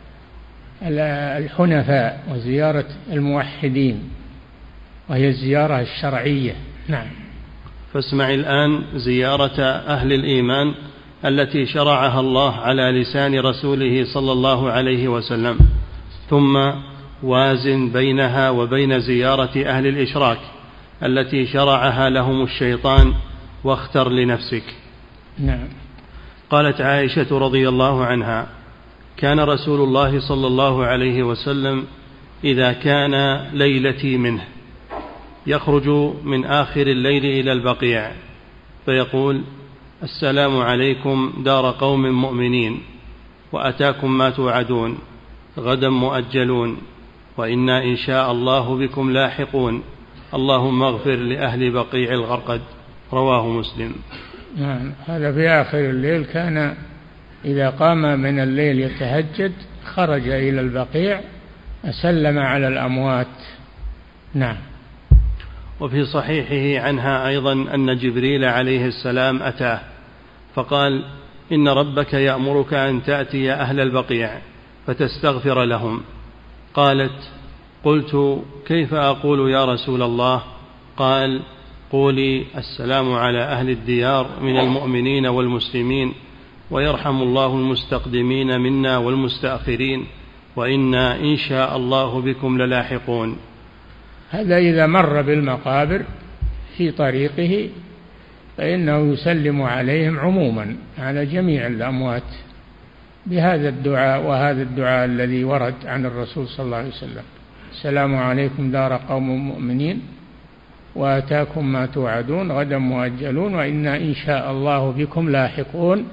الحنفاء وزيارة الموحدين وهي الزيارة الشرعية. نعم. فاسمع الآن زيارة أهل الإيمان التي شرعها الله على لسان رسوله صلى الله عليه وسلم، ثم وازن بينها وبين زيارة أهل الإشراك التي شرعها لهم الشيطان، واختر لنفسك. نعم. قالت عائشة رضي الله عنها: كان رسول الله صلى الله عليه وسلم إذا كان ليلتي منه يخرج من آخر الليل إلى البقيع فيقول: السلام عليكم دار قوم مؤمنين، وأتاكم ما توعدون، غدا مؤجلون، وإنا إن شاء الله بكم لاحقون، اللهم اغفر لأهل بقيع الغرقد. رواه مسلم. نعم. هذا في آخر الليل، كان إذا قام من الليل يتهجد خرج إلى البقيع أسلم على الأموات. نعم. وفي صحيحه عنها أيضا أن جبريل عليه السلام أتاه فقال: إن ربك يأمرك أن تأتي أهل البقيع فتستغفر لهم. قالت: قلت: كيف أقول يا رسول الله؟ قال: قولي: السلام على أهل الديار من المؤمنين والمسلمين، ويرحم الله المستقدمين منا والمستأخرين، وإنا إن شاء الله بكم للاحقون. هذا إذا مر بالمقابر في طريقه فإنه يسلم عليهم عموما على جميع الأموات بهذا الدعاء، وهذا الدعاء الذي ورد عن الرسول صلى الله عليه وسلم: السلام عليكم دار قوم مؤمنين وآتاكم ما توعدون غدا مؤجلون وإنا إن شاء الله بكم لاحقون،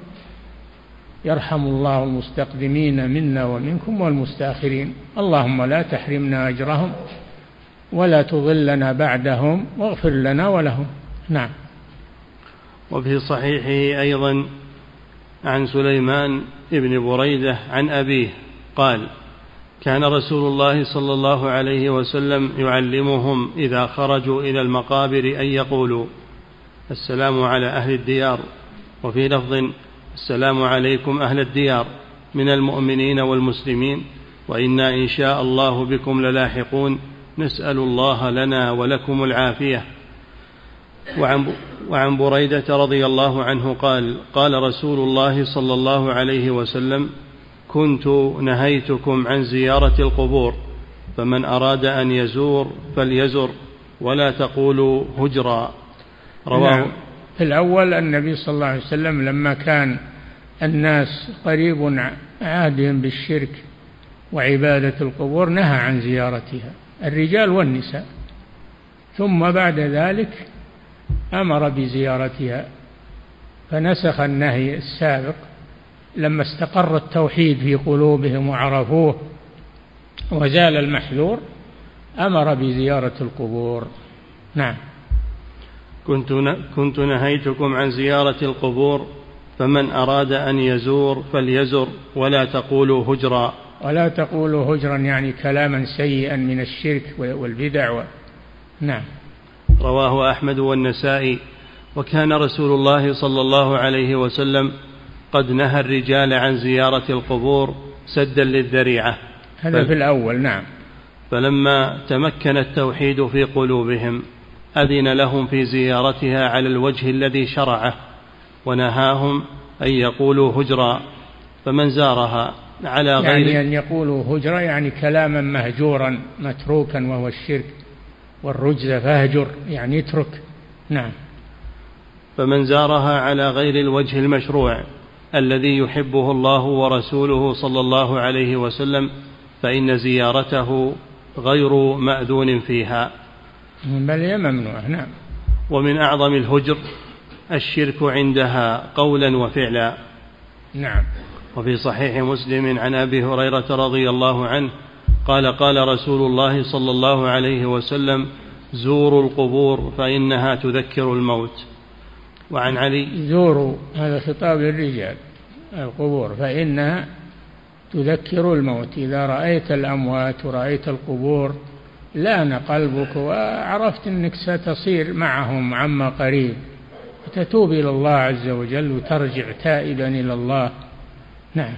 يرحم الله المستقدمين منا ومنكم والمستأخرين، اللهم لا تحرمنا أجرهم ولا تضلنا بعدهم واغفر لنا ولهم. نعم. وفي صحيحه أيضا عن سليمان بن بريدة عن أبيه قال: كان رسول الله صلى الله عليه وسلم يعلمهم إذا خرجوا إلى المقابر أن يقولوا: السلام على أهل الديار، وفي لفظ: السلام عليكم أهل الديار من المؤمنين والمسلمين، وإنا إن شاء الله بكم للاحقون، نسأل الله لنا ولكم العافية. وعن وعن بريدة رضي الله عنه قال: قال رسول الله صلى الله عليه وسلم: كنت نهيتكم عن زيارة القبور، فمن أراد أن يزور فليزر، ولا تقولوا هجرا. رواه. نعم. في الأول النبي صلى الله عليه وسلم لما كان الناس قريب عهدهم بالشرك وعبادة القبور نهى عن زيارتها الرجال والنساء، ثم بعد ذلك أمر بزيارتها، فنسخ النهي السابق لما استقر التوحيد في قلوبهم وعرفوه وزال المحذور، أمر بزيارة القبور. نعم. كنت كنت نهيتكم عن زيارة القبور، فمن أراد أن يزور فليزر، ولا تقولوا هجرا. ولا تقولوا هجرا يعني كلاما سيئا من الشرك والبدع و... نعم. رواه أحمد والنسائي. وكان رسول الله صلى الله عليه وسلم قد نهى الرجال عن زيارة القبور سدا للذريعة. هذا في الأول. نعم. فلما تمكن التوحيد في قلوبهم أذن لهم في زيارتها على الوجه الذي شرعه، ونهاهم أن يقولوا هجرا، فمن زارها على غير يعني أن يقولوا هجرا يعني كلاما مهجورا متروكا وهو الشرك والرجز، فاهجر يعني اترك. نعم. فمن زارها على غير الوجه المشروع الذي يحبه الله ورسوله صلى الله عليه وسلم فإن زيارته غير مأذون فيها، بل هي ممنوعة. نعم. ومن أعظم الهجر الشرك عندها قولا وفعلا. نعم. وفي صحيح مسلم عن أبي هريرة رضي الله عنه قال: قال رسول الله صلى الله عليه وسلم: زوروا القبور فإنها تذكر الموت. وعن علي: زوروا، هذا خطاب للرجال، القبور فإنها تذكر الموت. إذا رأيت الأموات ورأيت القبور لان قلبك وعرفت أنك ستصير معهم عما قريب، وتتوب إلى الله عز وجل وترجع تائبا إلى الله. نعم.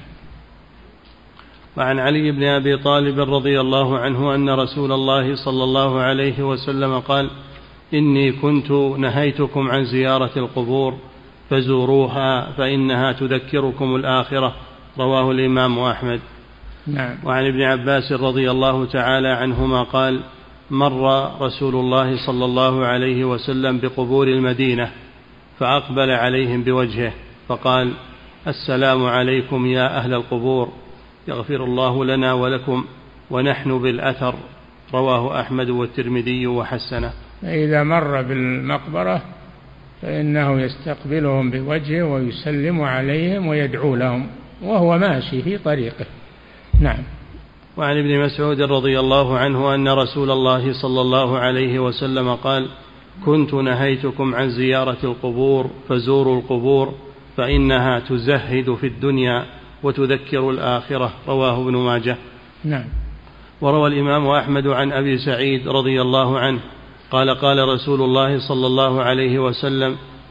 وعن علي بن أبي طالب رضي الله عنه أن رسول الله صلى الله عليه وسلم قال: إني كنت نهيتكم عن زيارة القبور فزوروها فإنها تذكركم الآخرة. رواه الإمام أحمد. نعم. وعن ابن عباس رضي الله تعالى عنهما قال: مر رسول الله صلى الله عليه وسلم بقبور المدينة فأقبل عليهم بوجهه فقال: السلام عليكم يا أهل القبور، يغفر الله لنا ولكم ونحن بالأثر. رواه أحمد والترمذي وحسنه. إذا مر بالمقبرة فإنه يستقبلهم بوجهه ويسلم عليهم ويدعو لهم وهو ماشي في طريقه. نعم. وعن ابن مسعود رضي الله عنه أن رسول الله صلى الله عليه وسلم قال: كنت نهيتكم عن زيارة القبور فزوروا القبور فإنها تزهد في الدنيا وتذكر الآخرة. رواه ابن ماجه. نعم. وروى الإمام أحمد عن أبي سعيد رضي الله عنه قال: قال رسول الله صلى الله عليه وسلم: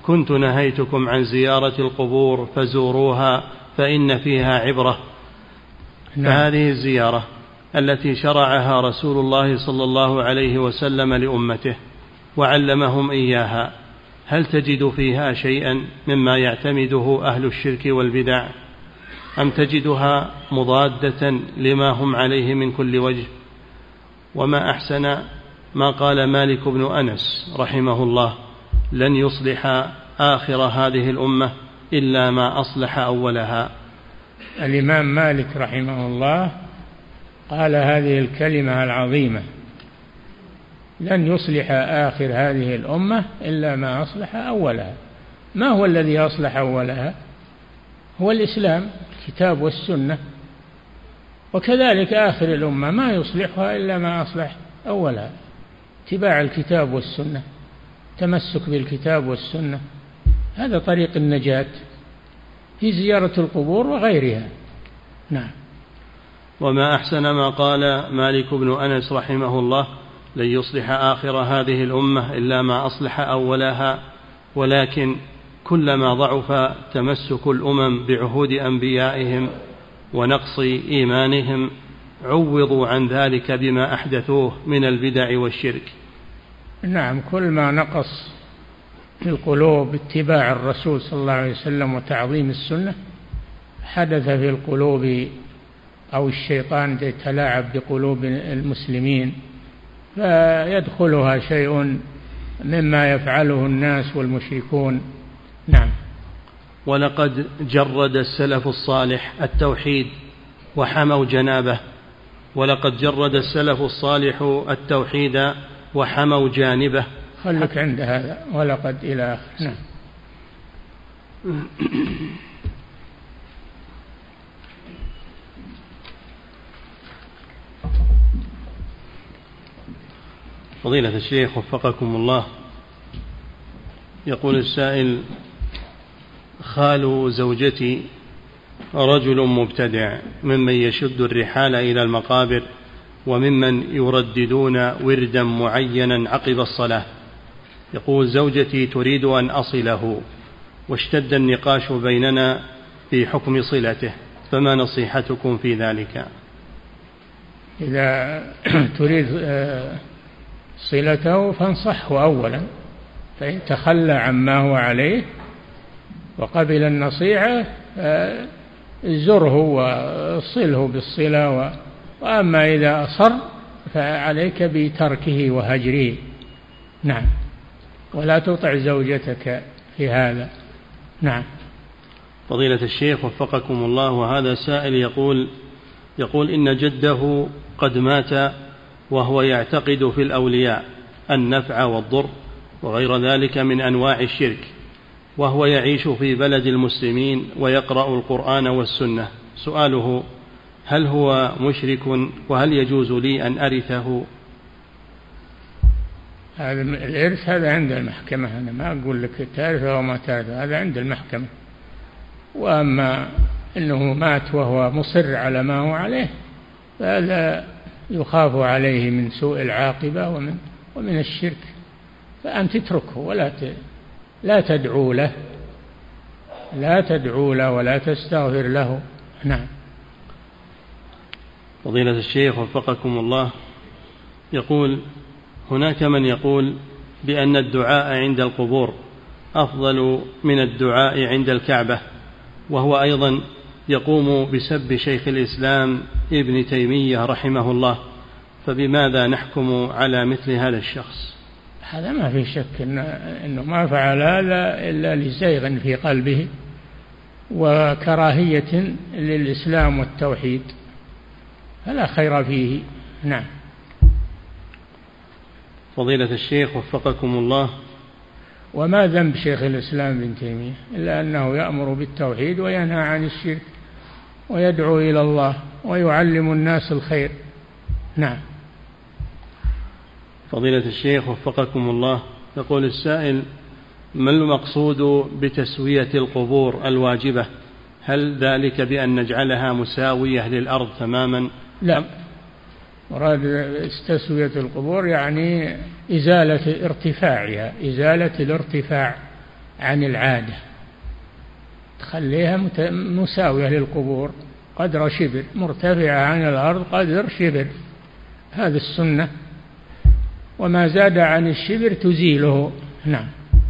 كنت نهيتكم عن زيارة القبور فزوروها فإن فيها عبرة. فهذه الزيارة التي شرعها رسول الله صلى الله عليه وسلم لأمته وعلمهم إياها، هل تجد فيها شيئا مما يعتمده أهل الشرك والبدع، أم تجدها مضادة لما هم عليه من كل وجه؟ وما أحسن ما قال مالك بن أنس رحمه الله: لن يصلح آخر هذه الأمة إلا ما أصلح أولها. الإمام مالك رحمه الله قال هذه الكلمة العظيمة: لن يصلح آخر هذه الأمة إلا ما أصلح أولها. ما هو الذي أصلح أولها؟ هو الإسلام، الكتاب والسنة. وكذلك آخر الأمة ما يصلحها إلا ما أصلح أولها، اتباع الكتاب والسنة، تمسك بالكتاب والسنة، هذا طريق النجاة في زيارة القبور وغيرها. نعم. وما أحسن ما قال مالك بن أنس رحمه الله: لن يصلح آخر هذه الأمة إلا ما أصلح أولها، ولكن كلما ضعف تمسك الأمم بعهود أنبيائهم ونقص إيمانهم عوضوا عن ذلك بما أحدثوه من البدع والشرك. نعم، كل ما نقص في القلوب اتباع الرسول صلى الله عليه وسلم وتعظيم السنة حدث في القلوب، أو الشيطان يتلاعب بقلوب المسلمين فيدخلها شيء مما يفعله الناس والمشركون. نعم. ولقد جرد السلف الصالح التوحيد وحموا جنابه ولقد جرد السلف الصالح التوحيد وحموا جانبه. خلك عند هذا ولقد إلى آخر. نعم. فضيلة الشيخ وفقكم الله، يقول السائل: خال زوجتي رجل مبتدع ممن يشد الرحال إلى المقابر وممن يرددون وردا معينا عقب الصلاة. يقول: زوجتي تريد أن أصله واشتد النقاش بيننا في حكم صلته، فما نصيحتكم في ذلك؟ إذا تريد صلته فانصحه أولا، فإن تخلى عما هو عليه وقبل النصيحة زره وصله بالصلة، وأما إذا أصر فعليك بتركه وهجره. نعم. ولا تطع زوجتك في هذا. نعم. فضيلة الشيخ وفقكم الله، وهذا سائل يقول يقول إن جده قد مات وهو يعتقد في الأولياء النفع والضر وغير ذلك من أنواع الشرك، وهو يعيش في بلد المسلمين ويقرأ القرآن والسنة. سؤاله: هل هو مشرك، وهل يجوز لي أن أرثه؟ هذا الإرث هذا عند المحكمة، أنا ما أقول لك تارثه وما تارثه، هذا عند المحكمة. وأما أنه مات وهو مصر على ما هو عليه فهذا يخاف عليه من سوء العاقبة ومن ومن الشرك، فأنت تتركه ولا ت... لا تدعو له لا تدعو له ولا تستغفر له. نعم. فضيلة الشيخ وفقكم الله، يقول: هناك من يقول بأن الدعاء عند القبور أفضل من الدعاء عند الكعبة، وهو أيضا يقوم بسب شيخ الإسلام ابن تيمية رحمه الله، فبماذا نحكم على مثل هذا الشخص؟ هذا ما في شك إنه ما فعل هذا إلا لزيغ في قلبه وكراهية للإسلام والتوحيد، فلا خير فيه. نعم. فضيلة الشيخ وفقكم الله، وما ذنب شيخ الإسلام ابن تيمية إلا أنه يأمر بالتوحيد وينهى عن الشرك ويدعو إلى الله ويعلم الناس الخير. نعم. فضيلة الشيخ وفقكم الله، يقول السائل: ما المقصود بتسوية القبور الواجبة؟ هل ذلك بأن نجعلها مساوية للأرض تماما؟ لا، مراد تسوية القبور يعني إزالة ارتفاعها، إزالة الارتفاع عن العادة، تخليها مساوية للقبور قدر شبر، مرتفعة عن الأرض قدر شبر، هذه السنة، وما زاد عن الشبر تزيله. نعم.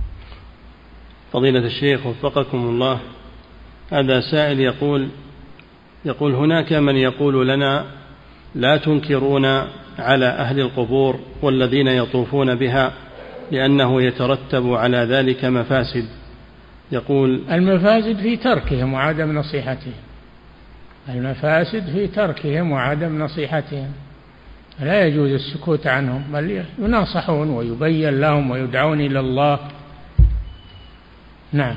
فضيلة الشيخ وفقكم الله، هذا سائل يقول يقول هناك من يقول لنا لا تنكرون على أهل القبور والذين يطوفون بها لأنه يترتب على ذلك مفاسد. يقول المفاسد في تركهم وعدم نصيحتهم، المفاسد في تركهم وعدم نصيحتهم، لا يجوز السكوت عنهم، بل يناصحون ويبين لهم ويدعون إلى الله. نعم.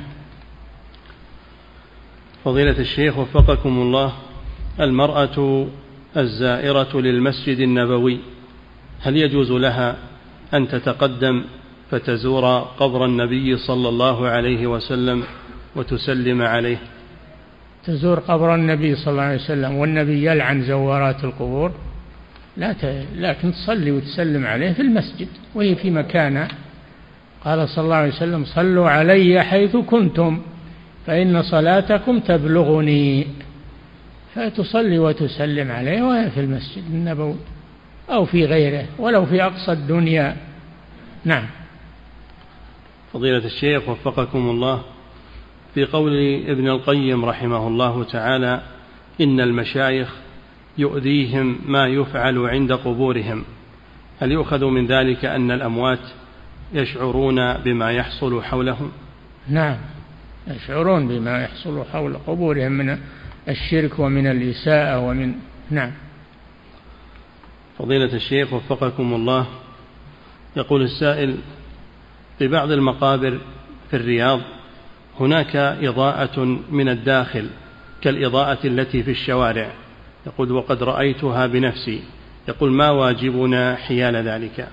فضيلة الشيخ وفقكم الله، المرأة الزائرة للمسجد النبوي هل يجوز لها أن تتقدم فتزور قبر النبي صلى الله عليه وسلم وتسلم عليه؟ تزور قبر النبي صلى الله عليه وسلم والنبي يلعن زوارات القبور؟ لا ت... لكن تصلي وتسلم عليه في المسجد وهي في مكانه. قال صلى الله عليه وسلم: صلوا علي حيث كنتم فإن صلاتكم تبلغني، فتصلي وتسلم عليه وهي في المسجد النبوي أو في غيره ولو في أقصى الدنيا. نعم. فضيلة الشيخ وفقكم الله، في قول ابن القيم رحمه الله تعالى: إن المشايخ يؤذيهم ما يفعل عند قبورهم، هل يؤخذ من ذلك أن الأموات يشعرون بما يحصل حولهم؟ نعم، يشعرون بما يحصل حول قبورهم من الشرك ومن الإساءة ومن نعم. فضيلة الشيخ وفقكم الله، يقول السائل: في بعض المقابر في الرياض هناك إضاءة من الداخل كالإضاءة التي في الشوارع، يقول وقد رأيتها بنفسي، يقول ما واجبنا حيال ذلك؟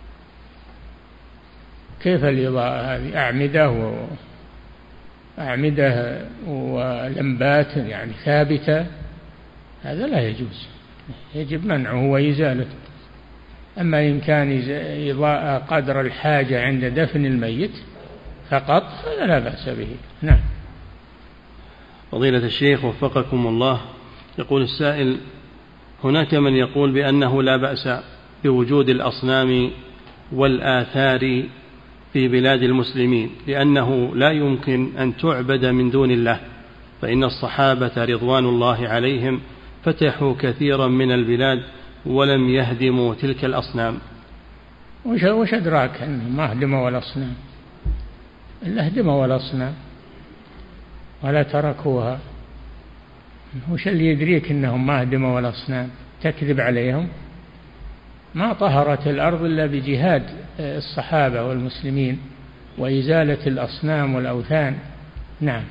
كيف الإضاءة هذه؟ أعمدة و... أعمدة ولمبات يعني ثابتة، هذا لا يجوز، يجب منعه وإزالته. أما إن كان إضاءة قدر الحاجة عند دفن الميت فقط فلا لا بأس به. نعم. فضيلة الشيخ وفقكم الله، يقول السائل: هناك من يقول بأنه لا بأس بوجود الأصنام والآثار في بلاد المسلمين لأنه لا يمكن أن تعبد من دون الله، فإن الصحابة رضوان الله عليهم فتحوا كثيرا من البلاد ولم يهدموا تلك الأصنام. وش أدراك أنهم ما هدموا الأصنام؟ إلا هدموا الأصنام ولا تركوها. وش اللي يدريك أنهم ما هدموا الأصنام؟ تكذب عليهم. ما طهرت الأرض إلا بجهاد الصحابة والمسلمين وإزالة الأصنام والأوثان. نعم.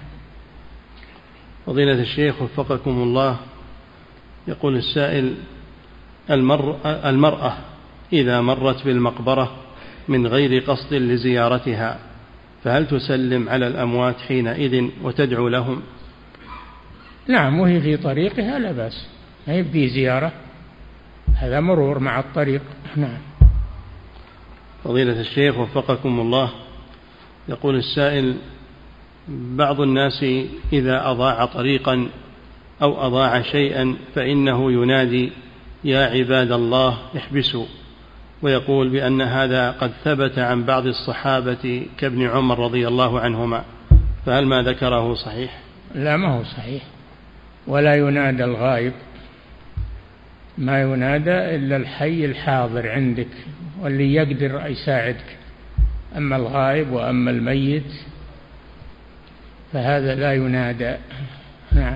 فضيلة الشيخ وفقكم الله، يقول السائل: المرأة إذا مرت بالمقبرة من غير قصد لزيارتها فهل تسلم على الأموات حينئذ وتدعو لهم؟ نعم، وهي في طريقها لا بأس، ما يبدي زيارة، هذا مرور مع الطريق. نعم. فضيلة الشيخ وفقكم الله، يقول السائل: بعض الناس إذا أضاع طريقا أو أضاع شيئا فإنه ينادي: يا عباد الله احبسوا، ويقول بأن هذا قد ثبت عن بعض الصحابة كابن عمر رضي الله عنهما، فهل ما ذكره صحيح؟ لا، ما هو صحيح، ولا ينادى الغائب، ما ينادى إلا الحي الحاضر عندك واللي يقدر يساعدك، أما الغائب وأما الميت فهذا لا ينادى. نعم.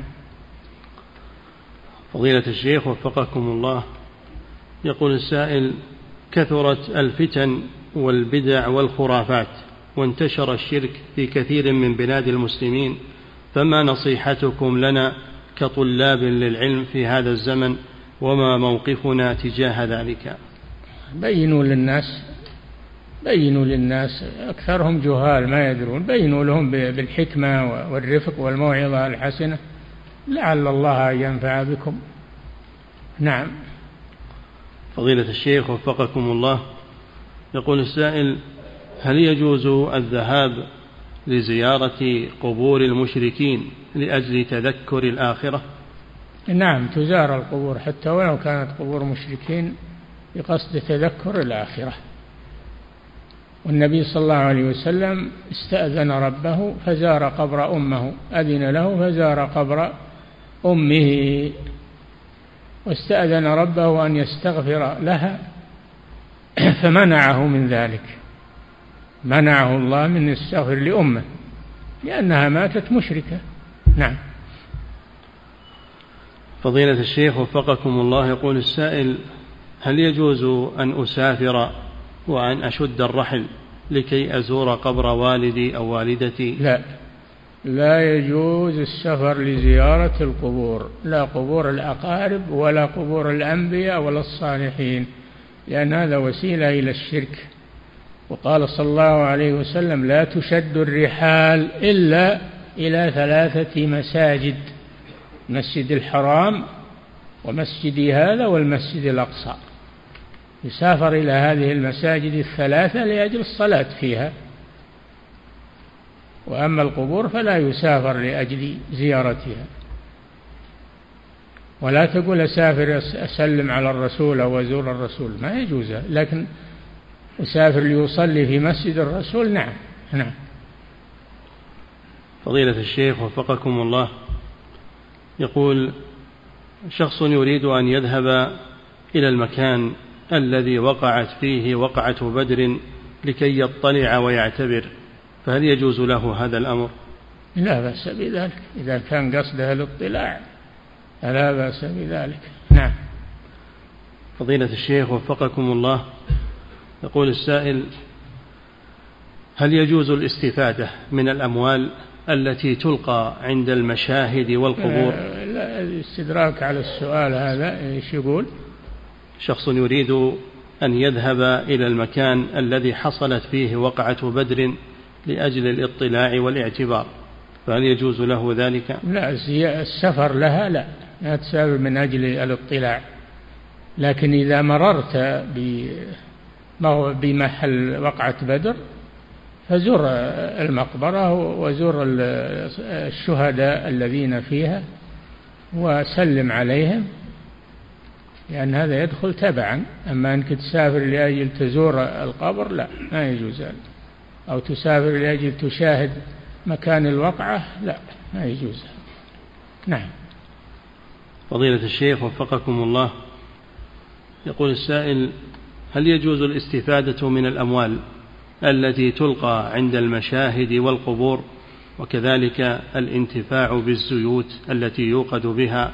فضيلة الشيخ وفقكم الله، يقول السائل: كثرت الفتن والبدع والخرافات وانتشر الشرك في كثير من بلاد المسلمين، فما نصيحتكم لنا كطلاب للعلم في هذا الزمن وما موقفنا تجاه ذلك؟ بينوا للناس بينوا للناس أكثرهم جهال ما يدرون، بينوا لهم بالحكمة والرفق والموعظة الحسنة لعل الله ينفع بكم. نعم. فضيلة الشيخ وفقكم الله، يقول السائل: هل يجوز الذهاب لزيارة قبور المشركين لأجل تذكر الآخرة؟ نعم، تزار القبور حتى ولو كانت قبور مشركين بقصد تذكر الآخرة. والنبي صلى الله عليه وسلم استأذن ربه فزار قبر أمه، أذن له فزار قبر أمه، واستأذن ربه أن يستغفر لها فمنعه من ذلك، منعه الله من يستغفر لأمه لأنها ماتت مشركة. نعم. فضيلة الشيخ وفقكم الله، يقول السائل: هل يجوز أن أسافر وأن أشد الرحل لكي أزور قبر والدي أو والدتي؟ لا، لا يجوز السفر لزيارة القبور، لا قبور الأقارب ولا قبور الأنبياء ولا الصالحين، لأن هذا وسيلة إلى الشرك. وقال صلى الله عليه وسلم: لا تشد الرحال إلا إلى ثلاثة مساجد: المسجد الحرام ومسجدي هذا والمسجد الأقصى. يسافر إلى هذه المساجد الثلاثة لأجل الصلاة فيها، وأما القبور فلا يسافر لأجل زيارتها. ولا تقول أسافر أسلم على الرسول أو أزور الرسول، ما يجوز، لكن أسافر ليصلي في مسجد الرسول نعم. نعم. فضيلة الشيخ وفقكم الله، يقول: شخص يريد أن يذهب إلى المكان الذي وقعت فيه وقعة بدر لكي يطلع ويعتبر، فهل يجوز له هذا الأمر؟ لا بأس بذلك، إذا كان قصده الاطلاع لا بأس بذلك. نعم. فضيلة الشيخ وفقكم الله، يقول السائل: هل يجوز الاستفادة من الأموال التي تلقى عند المشاهد والقبور؟ لا، الاستدراك على السؤال هذا ايش يقول؟ شخص يريد أن يذهب إلى المكان الذي حصلت فيه وقعة بدر لأجل الاطلاع والاعتبار، فهل يجوز له ذلك؟ لا، السفر لها لا، لا تسافر من أجل الاطلاع، لكن إذا مررت بمحل وقعة بدر فزر المقبرة وزر الشهداء الذين فيها وسلم عليهم، لأن هذا يدخل تبعا. أما أنك تسافر لأجل تزور القبر لا، ما يجوز ذلك. أو تسافر لأجل تشاهد مكان الوقعة لا، ما يجوز. نعم. فضيلة الشيخ وفقكم الله، يقول السائل: هل يجوز الاستفادة من الأموال التي تلقى عند المشاهد والقبور، وكذلك الانتفاع بالزيوت التي يوقد بها؟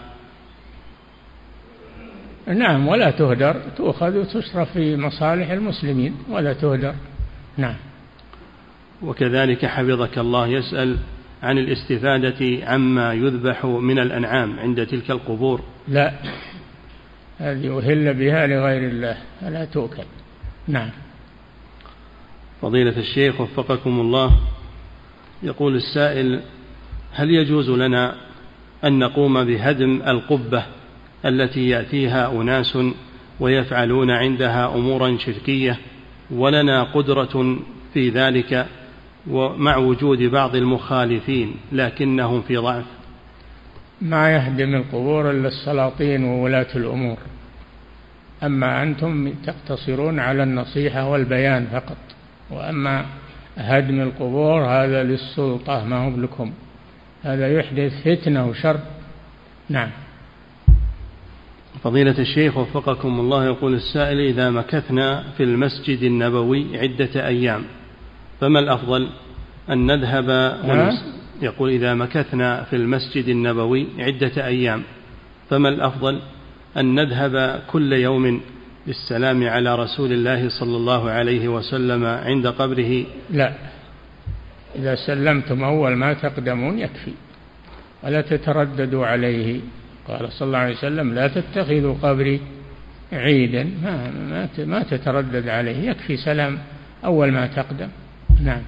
نعم، ولا تهدر، تؤخذ وتصرف في مصالح المسلمين ولا تهدر. نعم. وكذلك حفظك الله يسأل عن الاستفادة عما يذبح من الأنعام عند تلك القبور. لا، هذه أهل بها لغير الله فلا تؤكل. نعم. فضيلة الشيخ وفقكم الله، يقول السائل: هل يجوز لنا أن نقوم بهدم القبة التي يأتيها أناس ويفعلون عندها أمورا شركية ولنا قدرة في ذلك ومع وجود بعض المخالفين لكنهم في ضعف؟ ما يهدم القبور إلا السلاطين وولاة الأمور، أما أنتم تقتصرون على النصيحة والبيان فقط، وأما هدم القبور هذا للسلطة ما هو لكم، هذا يحدث فتنة وشر. نعم. فضيلة الشيخ وفقكم الله، يقول السائل: إذا مكثنا في المسجد النبوي عدة أيام فما الأفضل أن نذهب ونس... يقول: إذا مكثنا في المسجد النبوي عدة أيام فما الأفضل أن نذهب كل يوم للسلام على رسول الله صلى الله عليه وسلم عند قبره؟ لا، إذا سلمتم أول ما تقدمون يكفي، ولا تترددوا عليه. قال صلى الله عليه وسلم: لا تتخذوا قبري عيدا، ما, ما, ما تتردد عليه، يكفي سلام أول ما تقدم. نعم.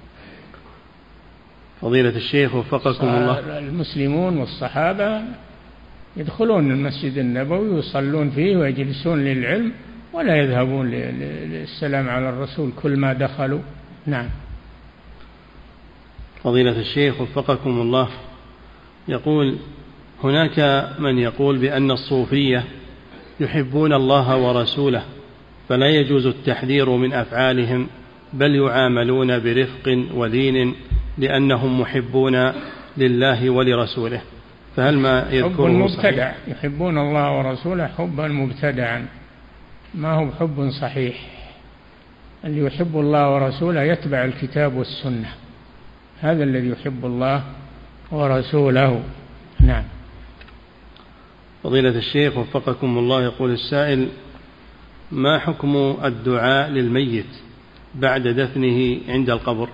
فضيلة الشيخ وفقكم الله، المسلمون والصحابة يدخلون المسجد النبوي ويصلون فيه ويجلسون للعلم ولا يذهبون للسلام على الرسول كل ما دخلوا. نعم. فضيلة الشيخ وفقكم الله، يقول: هناك من يقول بأن الصوفية يحبون الله ورسوله فلا يجوز التحذير من أفعالهم، بل يعاملون برفق ولين لأنهم محبون لله ولرسوله، فهل ما يذكره صحيح؟ يحبون الله ورسوله حبا مبتدعا، ما هو حب صحيح. اللي يحب الله ورسوله يتبع الكتاب والسنة، هذا الذي يحب الله ورسوله. نعم. فضيلة الشيخ وفقكم الله، يقول السائل: ما حكم الدعاء للميت بعد دفنه عند القبر؟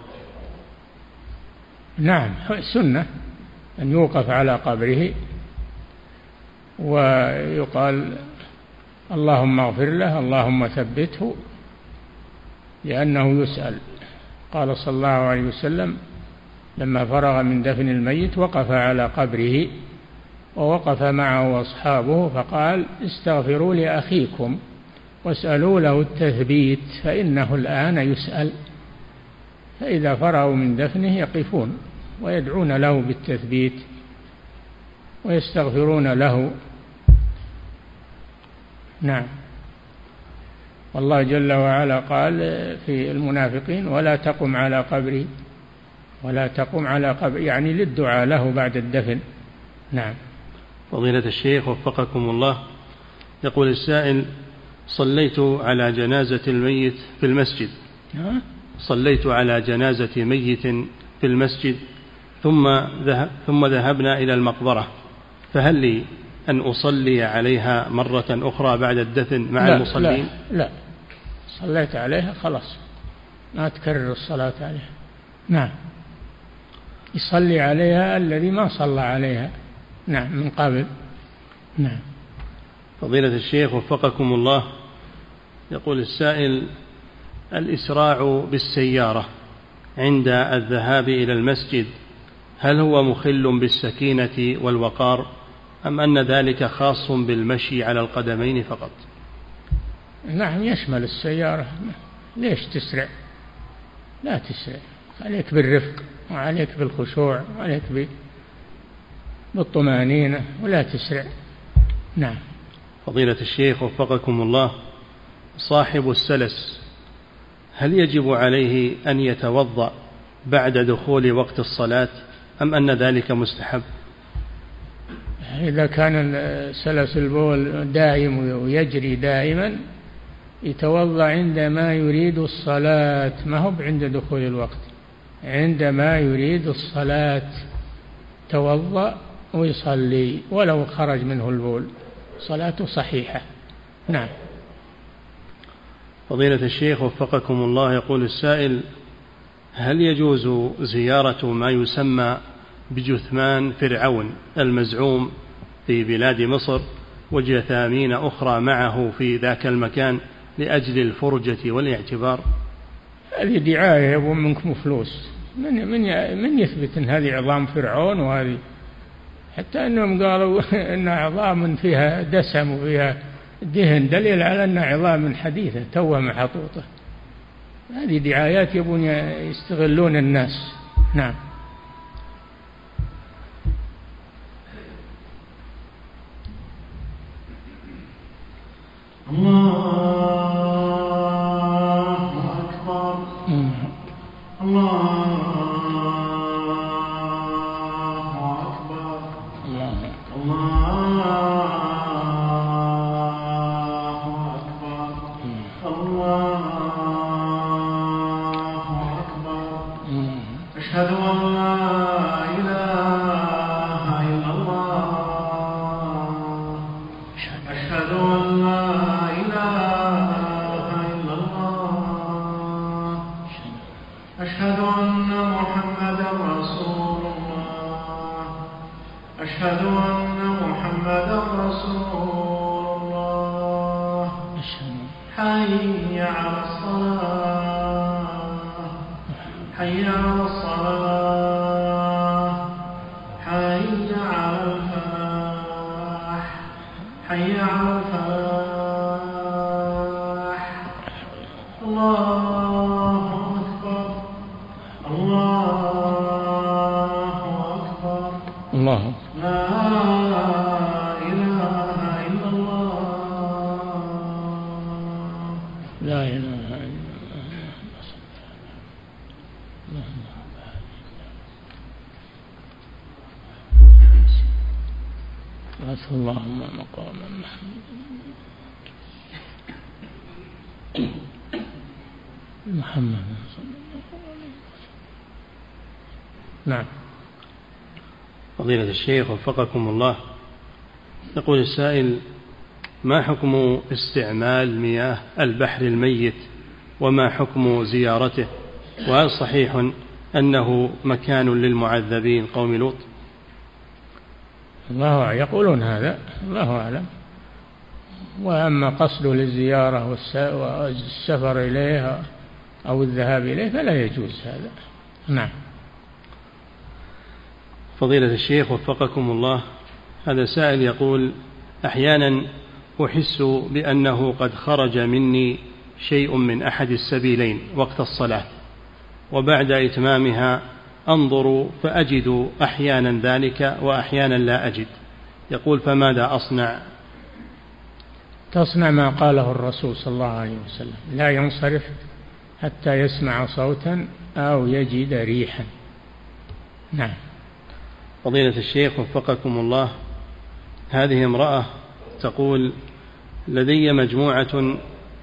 نعم، سنة أن يوقف على قبره ويقال: اللهم اغفر له، اللهم ثبته، لأنه يسأل. قال صلى الله عليه وسلم لما فرغ من دفن الميت وقف على قبره ووقف معه أصحابه فقال: استغفروا لأخيكم واسألوا له التثبيت فإنه الآن يسأل. فإذا فرغوا من دفنه يقفون ويدعون له بالتثبيت ويستغفرون له. نعم. والله جل وعلا قال في المنافقين: ولا تقم على قبره، ولا تقم على قبر، يعني للدعاء له بعد الدفن. نعم. فضيلة الشيخ وفقكم الله، يقول السائل: صليت على جنازة الميت في المسجد صليت على جنازة ميت في المسجد ثم ذهب ثم ذهبنا إلى المقبرة، فهل لي أن أصلي عليها مرة أخرى بعد الدفن مع لا المصلين؟ لا, لا صليت عليها خلاص، ما تكرر الصلاة عليها. نعم، يصلي عليها الذي ما صلى عليها نعم من قبل. نعم. فضيلة الشيخ وفقكم الله، يقول السائل: الإسراع بالسيارة عند الذهاب إلى المسجد هل هو مخل بالسكينة والوقار، أم أن ذلك خاص بالمشي على القدمين فقط؟ نعم، يشمل السيارة. ليش تسرع؟ لا تسرع، عليك بالرفق وعليك بالخشوع وعليك بالطمأنينة ولا تسرع. نعم. فضيلة الشيخ وفقكم الله، صاحب السلس هل يجب عليه أن يتوضأ بعد دخول وقت الصلاة أم أن ذلك مستحب؟ إذا كان سلس البول دائم ويجري دائما يتوضأ عندما يريد الصلاة، ما هو عند دخول الوقت، عندما يريد الصلاة توضأ ويصلي ولو خرج منه البول، صلاته صحيحة. نعم. فضيلة الشيخ وفقكم الله، يقول السائل: هل يجوز زيارة ما يسمى بجثمان فرعون المزعوم في بلاد مصر وجثامين أخرى معه في ذاك المكان لأجل الفرجة والاعتبار؟ هذه دعاية يبون منكم فلوس. من, من, من يثبت أن هذه عظام فرعون؟ وهذه حتى أنهم قالوا أن عظام فيها دسم وفيها دهن، دليل على أن عظام حديثة توها محطوطة. هذه دعايات يبون يستغلون الناس. نعم. الله أكبر. الله أكبر. الله أكبر. الله أكبر. أشهد أن لا إله إلا الله. أشهد أن لا أشهد أن محمدا رسول الله. أشهد أن محمدا رسول الله. حي على الصلاة، حي على الصلاة، حي على الفلاح، حي على الفلاح. الله أكبر. الله لا إله إلا الله. أسأل اللهم مقاما محمد صلى الله عليه وسلم. نعم. فضيلة الشيخ وفقكم الله، يقول السائل: ما حكم استعمال مياه البحر الميت وما حكم زيارته، وهل صحيح أنه مكان للمعذبين قوم لوط؟ الله يقولون هذا، الله أعلم. وأما قصده للزيارة والسفر إليها أو الذهاب إليه فلا يجوز هذا. نعم. فضيلة الشيخ وفقكم الله، هذا سائل يقول: أحيانا أحس بأنه قد خرج مني شيء من أحد السبيلين وقت الصلاة، وبعد إتمامها أنظر فأجد أحيانا ذلك وأحيانا لا أجد. يقول: فماذا أصنع؟ تصنع ما قاله الرسول صلى الله عليه وسلم: لا ينصرف حتى يسمع صوتا أو يجد ريحا. نعم. فضيلة الشيخ وفقكم الله، هذه امرأة تقول: لدي مجموعة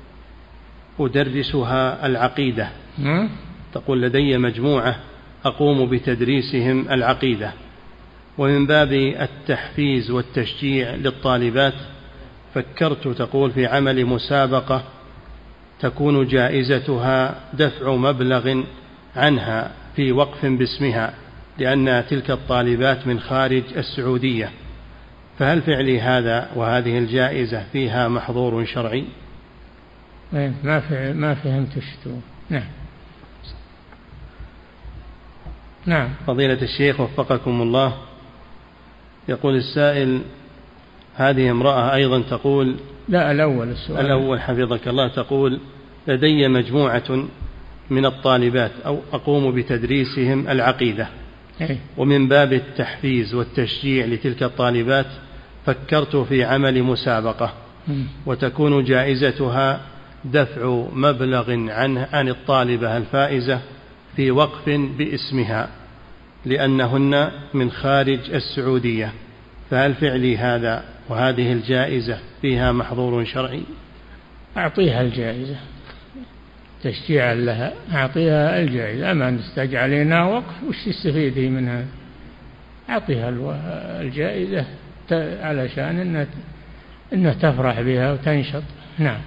أدرسها العقيدة. تقول: لدي مجموعة أقوم بتدريسهم العقيدة، ومن باب التحفيز والتشجيع للطالبات فكرت، تقول، في عمل مسابقة تكون جائزتها دفع مبلغ عنها في وقف باسمها، لأن تلك الطالبات من خارج السعودية، فهل فعلي هذا وهذه الجائزة فيها محظور شرعي؟ ما في ما فهمت شتو. نعم. نعم. فضيلة الشيخ وفقكم الله، يقول السائل: هذه امرأة أيضا تقول، لا الأول السؤال الأول حفظك الله، تقول: لدي مجموعة من الطالبات أو أقوم بتدريسهم العقيدة، ومن باب التحفيز والتشجيع لتلك الطالبات فكرت في عمل مسابقة وتكون جائزتها دفع مبلغ عن عن الطالبة الفائزة في وقف باسمها، لأنهن من خارج السعودية، فهل فعلي هذا وهذه الجائزة فيها محظور شرعي؟ أعطيها الجائزة تشجيعا لها، أعطيها الجائزة. أما نستجعلنا وقف وش تستفيدي من هذا؟ أعطيها الجائزة علشان إنها إنها تفرح بها وتنشط. نعم.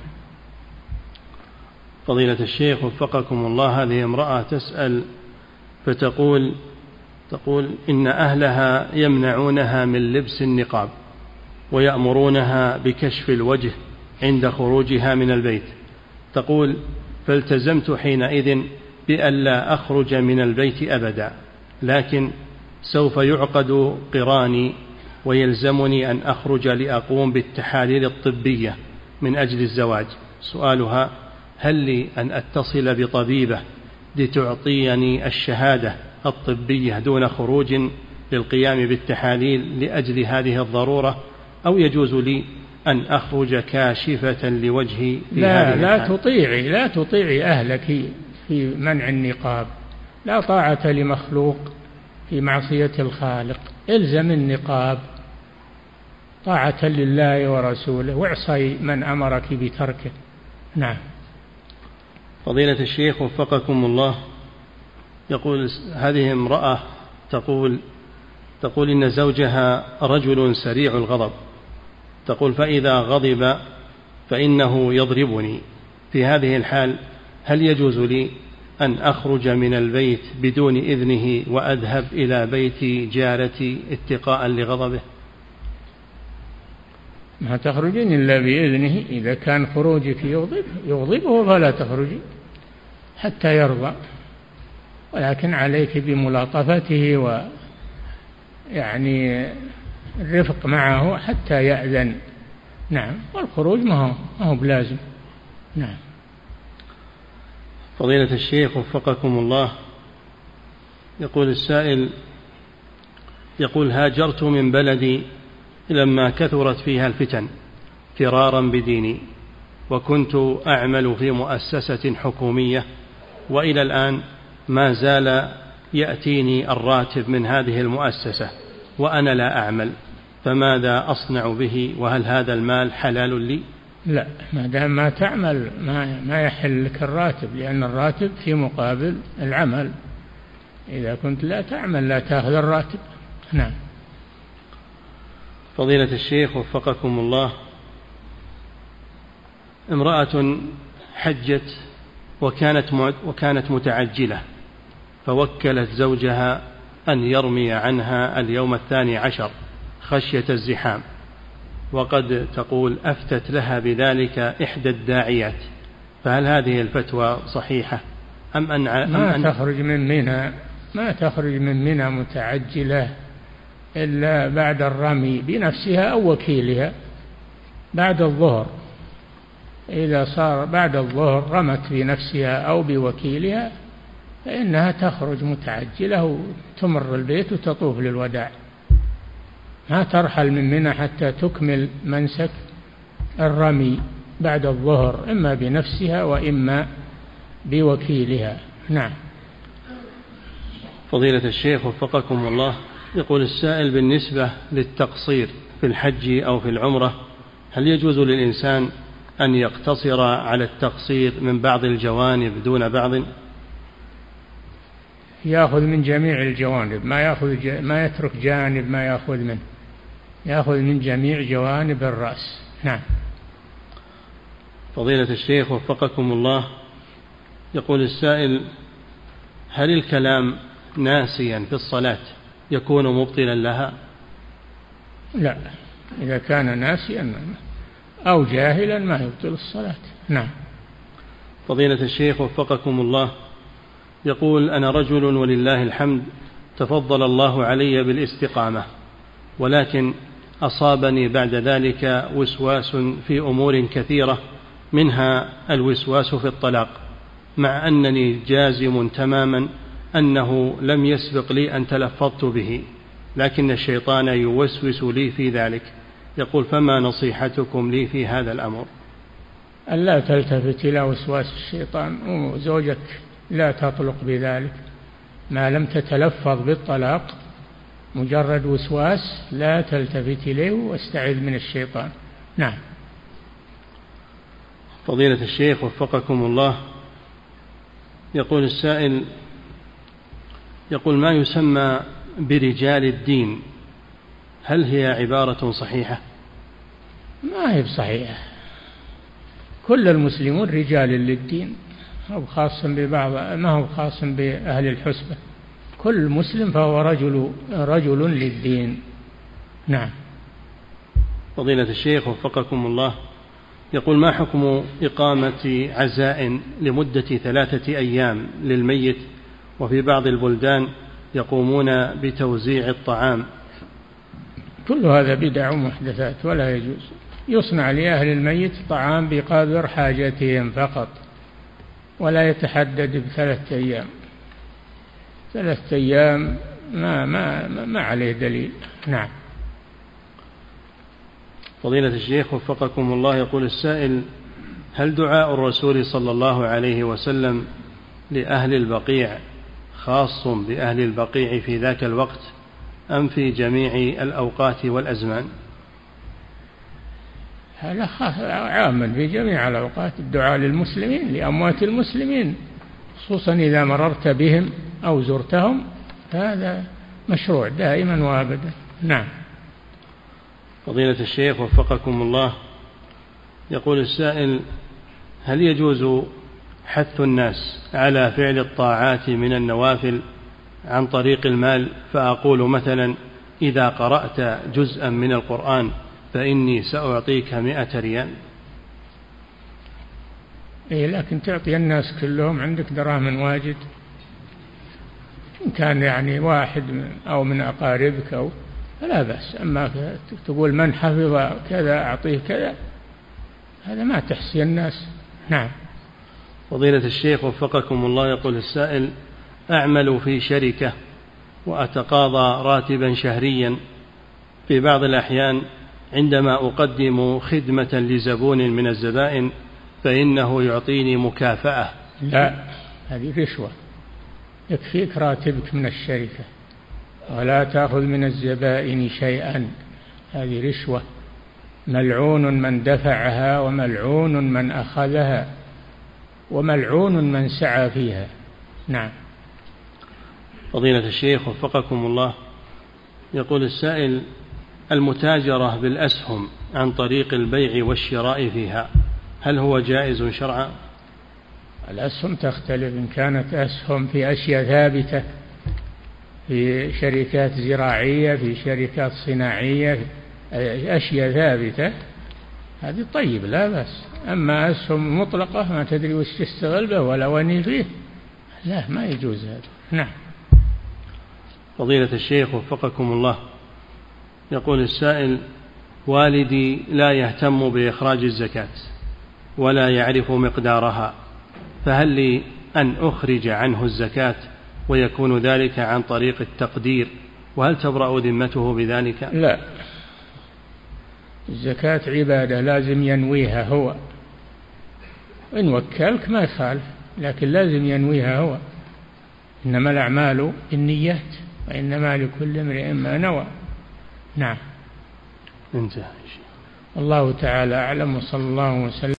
فضيلة الشيخ وفقكم الله، هذه امرأة تسأل فتقول تقول إن أهلها يمنعونها من لبس النقاب ويأمرونها بكشف الوجه عند خروجها من البيت. تقول: فالتزمت حينئذ بألا أخرج من البيت أبدا، لكن سوف يعقد قراني ويلزمني أن أخرج لأقوم بالتحاليل الطبية من أجل الزواج. سؤالها: هل لي أن أتصل بطبيبة لتعطيني الشهادة الطبية دون خروج للقيام بالتحاليل لأجل هذه الضرورة، أو يجوز لي أن أخرج كاشفة لوجهي؟ لا لا تطيعي لا تطيعي أهلك في منع النقاب. لا طاعة لمخلوق في معصية الخالق. الزم النقاب طاعة لله ورسوله، واعصي من أمرك بتركه. نعم. فضيلة الشيخ وفقكم الله، يقول هذه امرأة تقول تقول إن زوجها رجل سريع الغضب. تقول: فإذا غضب فإنه يضربني. في هذه الحال هل يجوز لي أن أخرج من البيت بدون إذنه وأذهب إلى بيت جارتي اتقاء لغضبه؟ ما تخرجين إلا بإذنه. إذا كان خروجك يغضب يغضبه فلا تخرجي حتى يرضى، ولكن عليك بملاطفته ويعني الرفق معه حتى يأذن. نعم. والخروج ما هو ما هو بلازم. نعم. فضيلة الشيخ وفقكم الله، يقول السائل يقول: هاجرت من بلدي لما كثرت فيها الفتن فرارا بديني، وكنت أعمل في مؤسسة حكومية، وإلى الآن ما زال يأتيني الراتب من هذه المؤسسة وأنا لا أعمل، فماذا أصنع به؟ وهل هذا المال حلال لي؟ لا، ما دام ما تعمل ما, ما يحل لك الراتب، لأن الراتب في مقابل العمل. إذا كنت لا تعمل لا تأخذ الراتب. نعم. فضيلة الشيخ وفقكم الله، امرأة حجت وكانت وكانت متعجلة، فوكلت زوجها أن يرمي عنها اليوم الثاني عشر خشية الزحام، وقد تقول أفتت لها بذلك إحدى الداعيات، فهل هذه الفتوى صحيحة أم أن أم ما أن تخرج من منى ما تخرج من منى متعجلة إلا بعد الرمي بنفسها أو وكيلها بعد الظهر. إذا صار بعد الظهر رمت بنفسها أو بوكيلها فإنها تخرج متعجلة وتمر البيت وتطوف للوداع، ما ترحل من منى حتى تكمل منسك الرمي بعد الظهر، إما بنفسها وإما بوكيلها. نعم. فضيلة الشيخ وفقكم الله، يقول السائل: بالنسبة للتقصير في الحج أو في العمرة، هل يجوز للإنسان أن يقتصر على التقصير من بعض الجوانب دون بعض؟ يأخذ من جميع الجوانب، ما يأخذ ج... ما يترك جانب ما يأخذ منه، يأخذ من جميع جوانب الرأس. نعم. فضيلة الشيخ وفقكم الله، يقول السائل: هل الكلام ناسيا في الصلاة يكون مبطلا لها؟ لا، إذا كان ناسيا أو جاهلا ما يبطل الصلاة. نعم. فضيلة الشيخ وفقكم الله، يقول: أنا رجل ولله الحمد تفضل الله علي بالاستقامة، ولكن أصابني بعد ذلك وسواس في أمور كثيرة، منها الوسواس في الطلاق، مع أنني جازم تماما أنه لم يسبق لي أن تلفظت به، لكن الشيطان يوسوس لي في ذلك. يقول: فما نصيحتكم لي في هذا الأمر؟ ألا تلتفت إلى وسواس الشيطان، وزوجك لا تطلق بذلك ما لم تتلفظ بالطلاق، مجرد وسواس لا تلتفت إليه واستعذ من الشيطان. نعم. فضيلة الشيخ وفقكم الله، يقول السائل: يقول ما يسمى برجال الدين، هل هي عبارة صحيحة؟ ما هي بصحيحة، كل المسلمون رجال للدين، هو خاص ببعض، ما هو خاص بأهل الحسبة، كل مسلم فهو رجل رجل للدين. نعم. فضيلة الشيخ وفقكم الله، يقول: ما حكم إقامة عزاء لمدة ثلاثة أيام للميت، وفي بعض البلدان يقومون بتوزيع الطعام؟ كل هذا بدع ومحدثات ولا يجوز. يصنع لأهل الميت طعام بقدر حاجتهم فقط، ولا يتحدد بثلاثة أيام. ثلاثة أيام ما, ما, ما عليه دليل. نعم. فضيلة الشيخ وفقكم الله، يقول السائل: هل دعاء الرسول صلى الله عليه وسلم لأهل البقيع خاص بأهل البقيع في ذاك الوقت أم في جميع الأوقات والأزمان؟ هذا عاما في جميع الأوقات، الدعاء للمسلمين لأموات المسلمين، خصوصا إذا مررت بهم أو زرتهم، هذا مشروع دائما وابدا. نعم. فضيلة الشيخ وفقكم الله، يقول السائل: هل يجوز حث الناس على فعل الطاعات من النوافل عن طريق المال؟ فأقول مثلا: إذا قرأت جزءا من القرآن فإني سأعطيك مئة ريال. إيه، لكن تعطي الناس كلهم، عندك دراهم واجد، إن كان يعني واحد أو من أقاربك أو فلا بأس، أما تقول من حفظ كذا أعطيه كذا، هذا ما تحسي الناس. نعم. فضيلة الشيخ وفقكم الله، يقول السائل: أعمل في شركة وأتقاضى راتبا شهريا، في بعض الأحيان عندما أقدم خدمة لزبون من الزبائن فإنه يعطيني مكافأة. لا، هذه رشوة، يكفيك راتبك من الشركة، ولا تأخذ من الزبائن شيئا، هذه رشوة، ملعون من دفعها وملعون من أخذها وملعون من سعى فيها. نعم. فضيلة الشيخ وفقكم الله، يقول السائل: المتاجرة بالأسهم عن طريق البيع والشراء فيها هل هو جائز شرعا؟ الأسهم تختلف، إن كانت أسهم في أشياء ثابتة، في شركات زراعية، في شركات صناعية، أشياء ثابتة، هذه طيب لا بأس. أما أسهم مطلقة ما تدري وش تشتغل به ولا وين فيه، لا، ما يجوز هذا. نعم. فضيلة الشيخ وفقكم الله، يقول السائل: والدي لا يهتم بإخراج الزكاة ولا يعرف مقدارها، فهل لي أن أخرج عنه الزكاة ويكون ذلك عن طريق التقدير، وهل تبرأ ذمته بذلك؟ لا، الزكاة عبادة لازم ينويها هو، إن وكلك ما يخالف، لكن لازم ينويها هو، إنما الأعمال بالنيات وإنما لكل امرئ ما نوى. نعم. انتهى. الله تعالى أعلم، وصلى الله وسلم.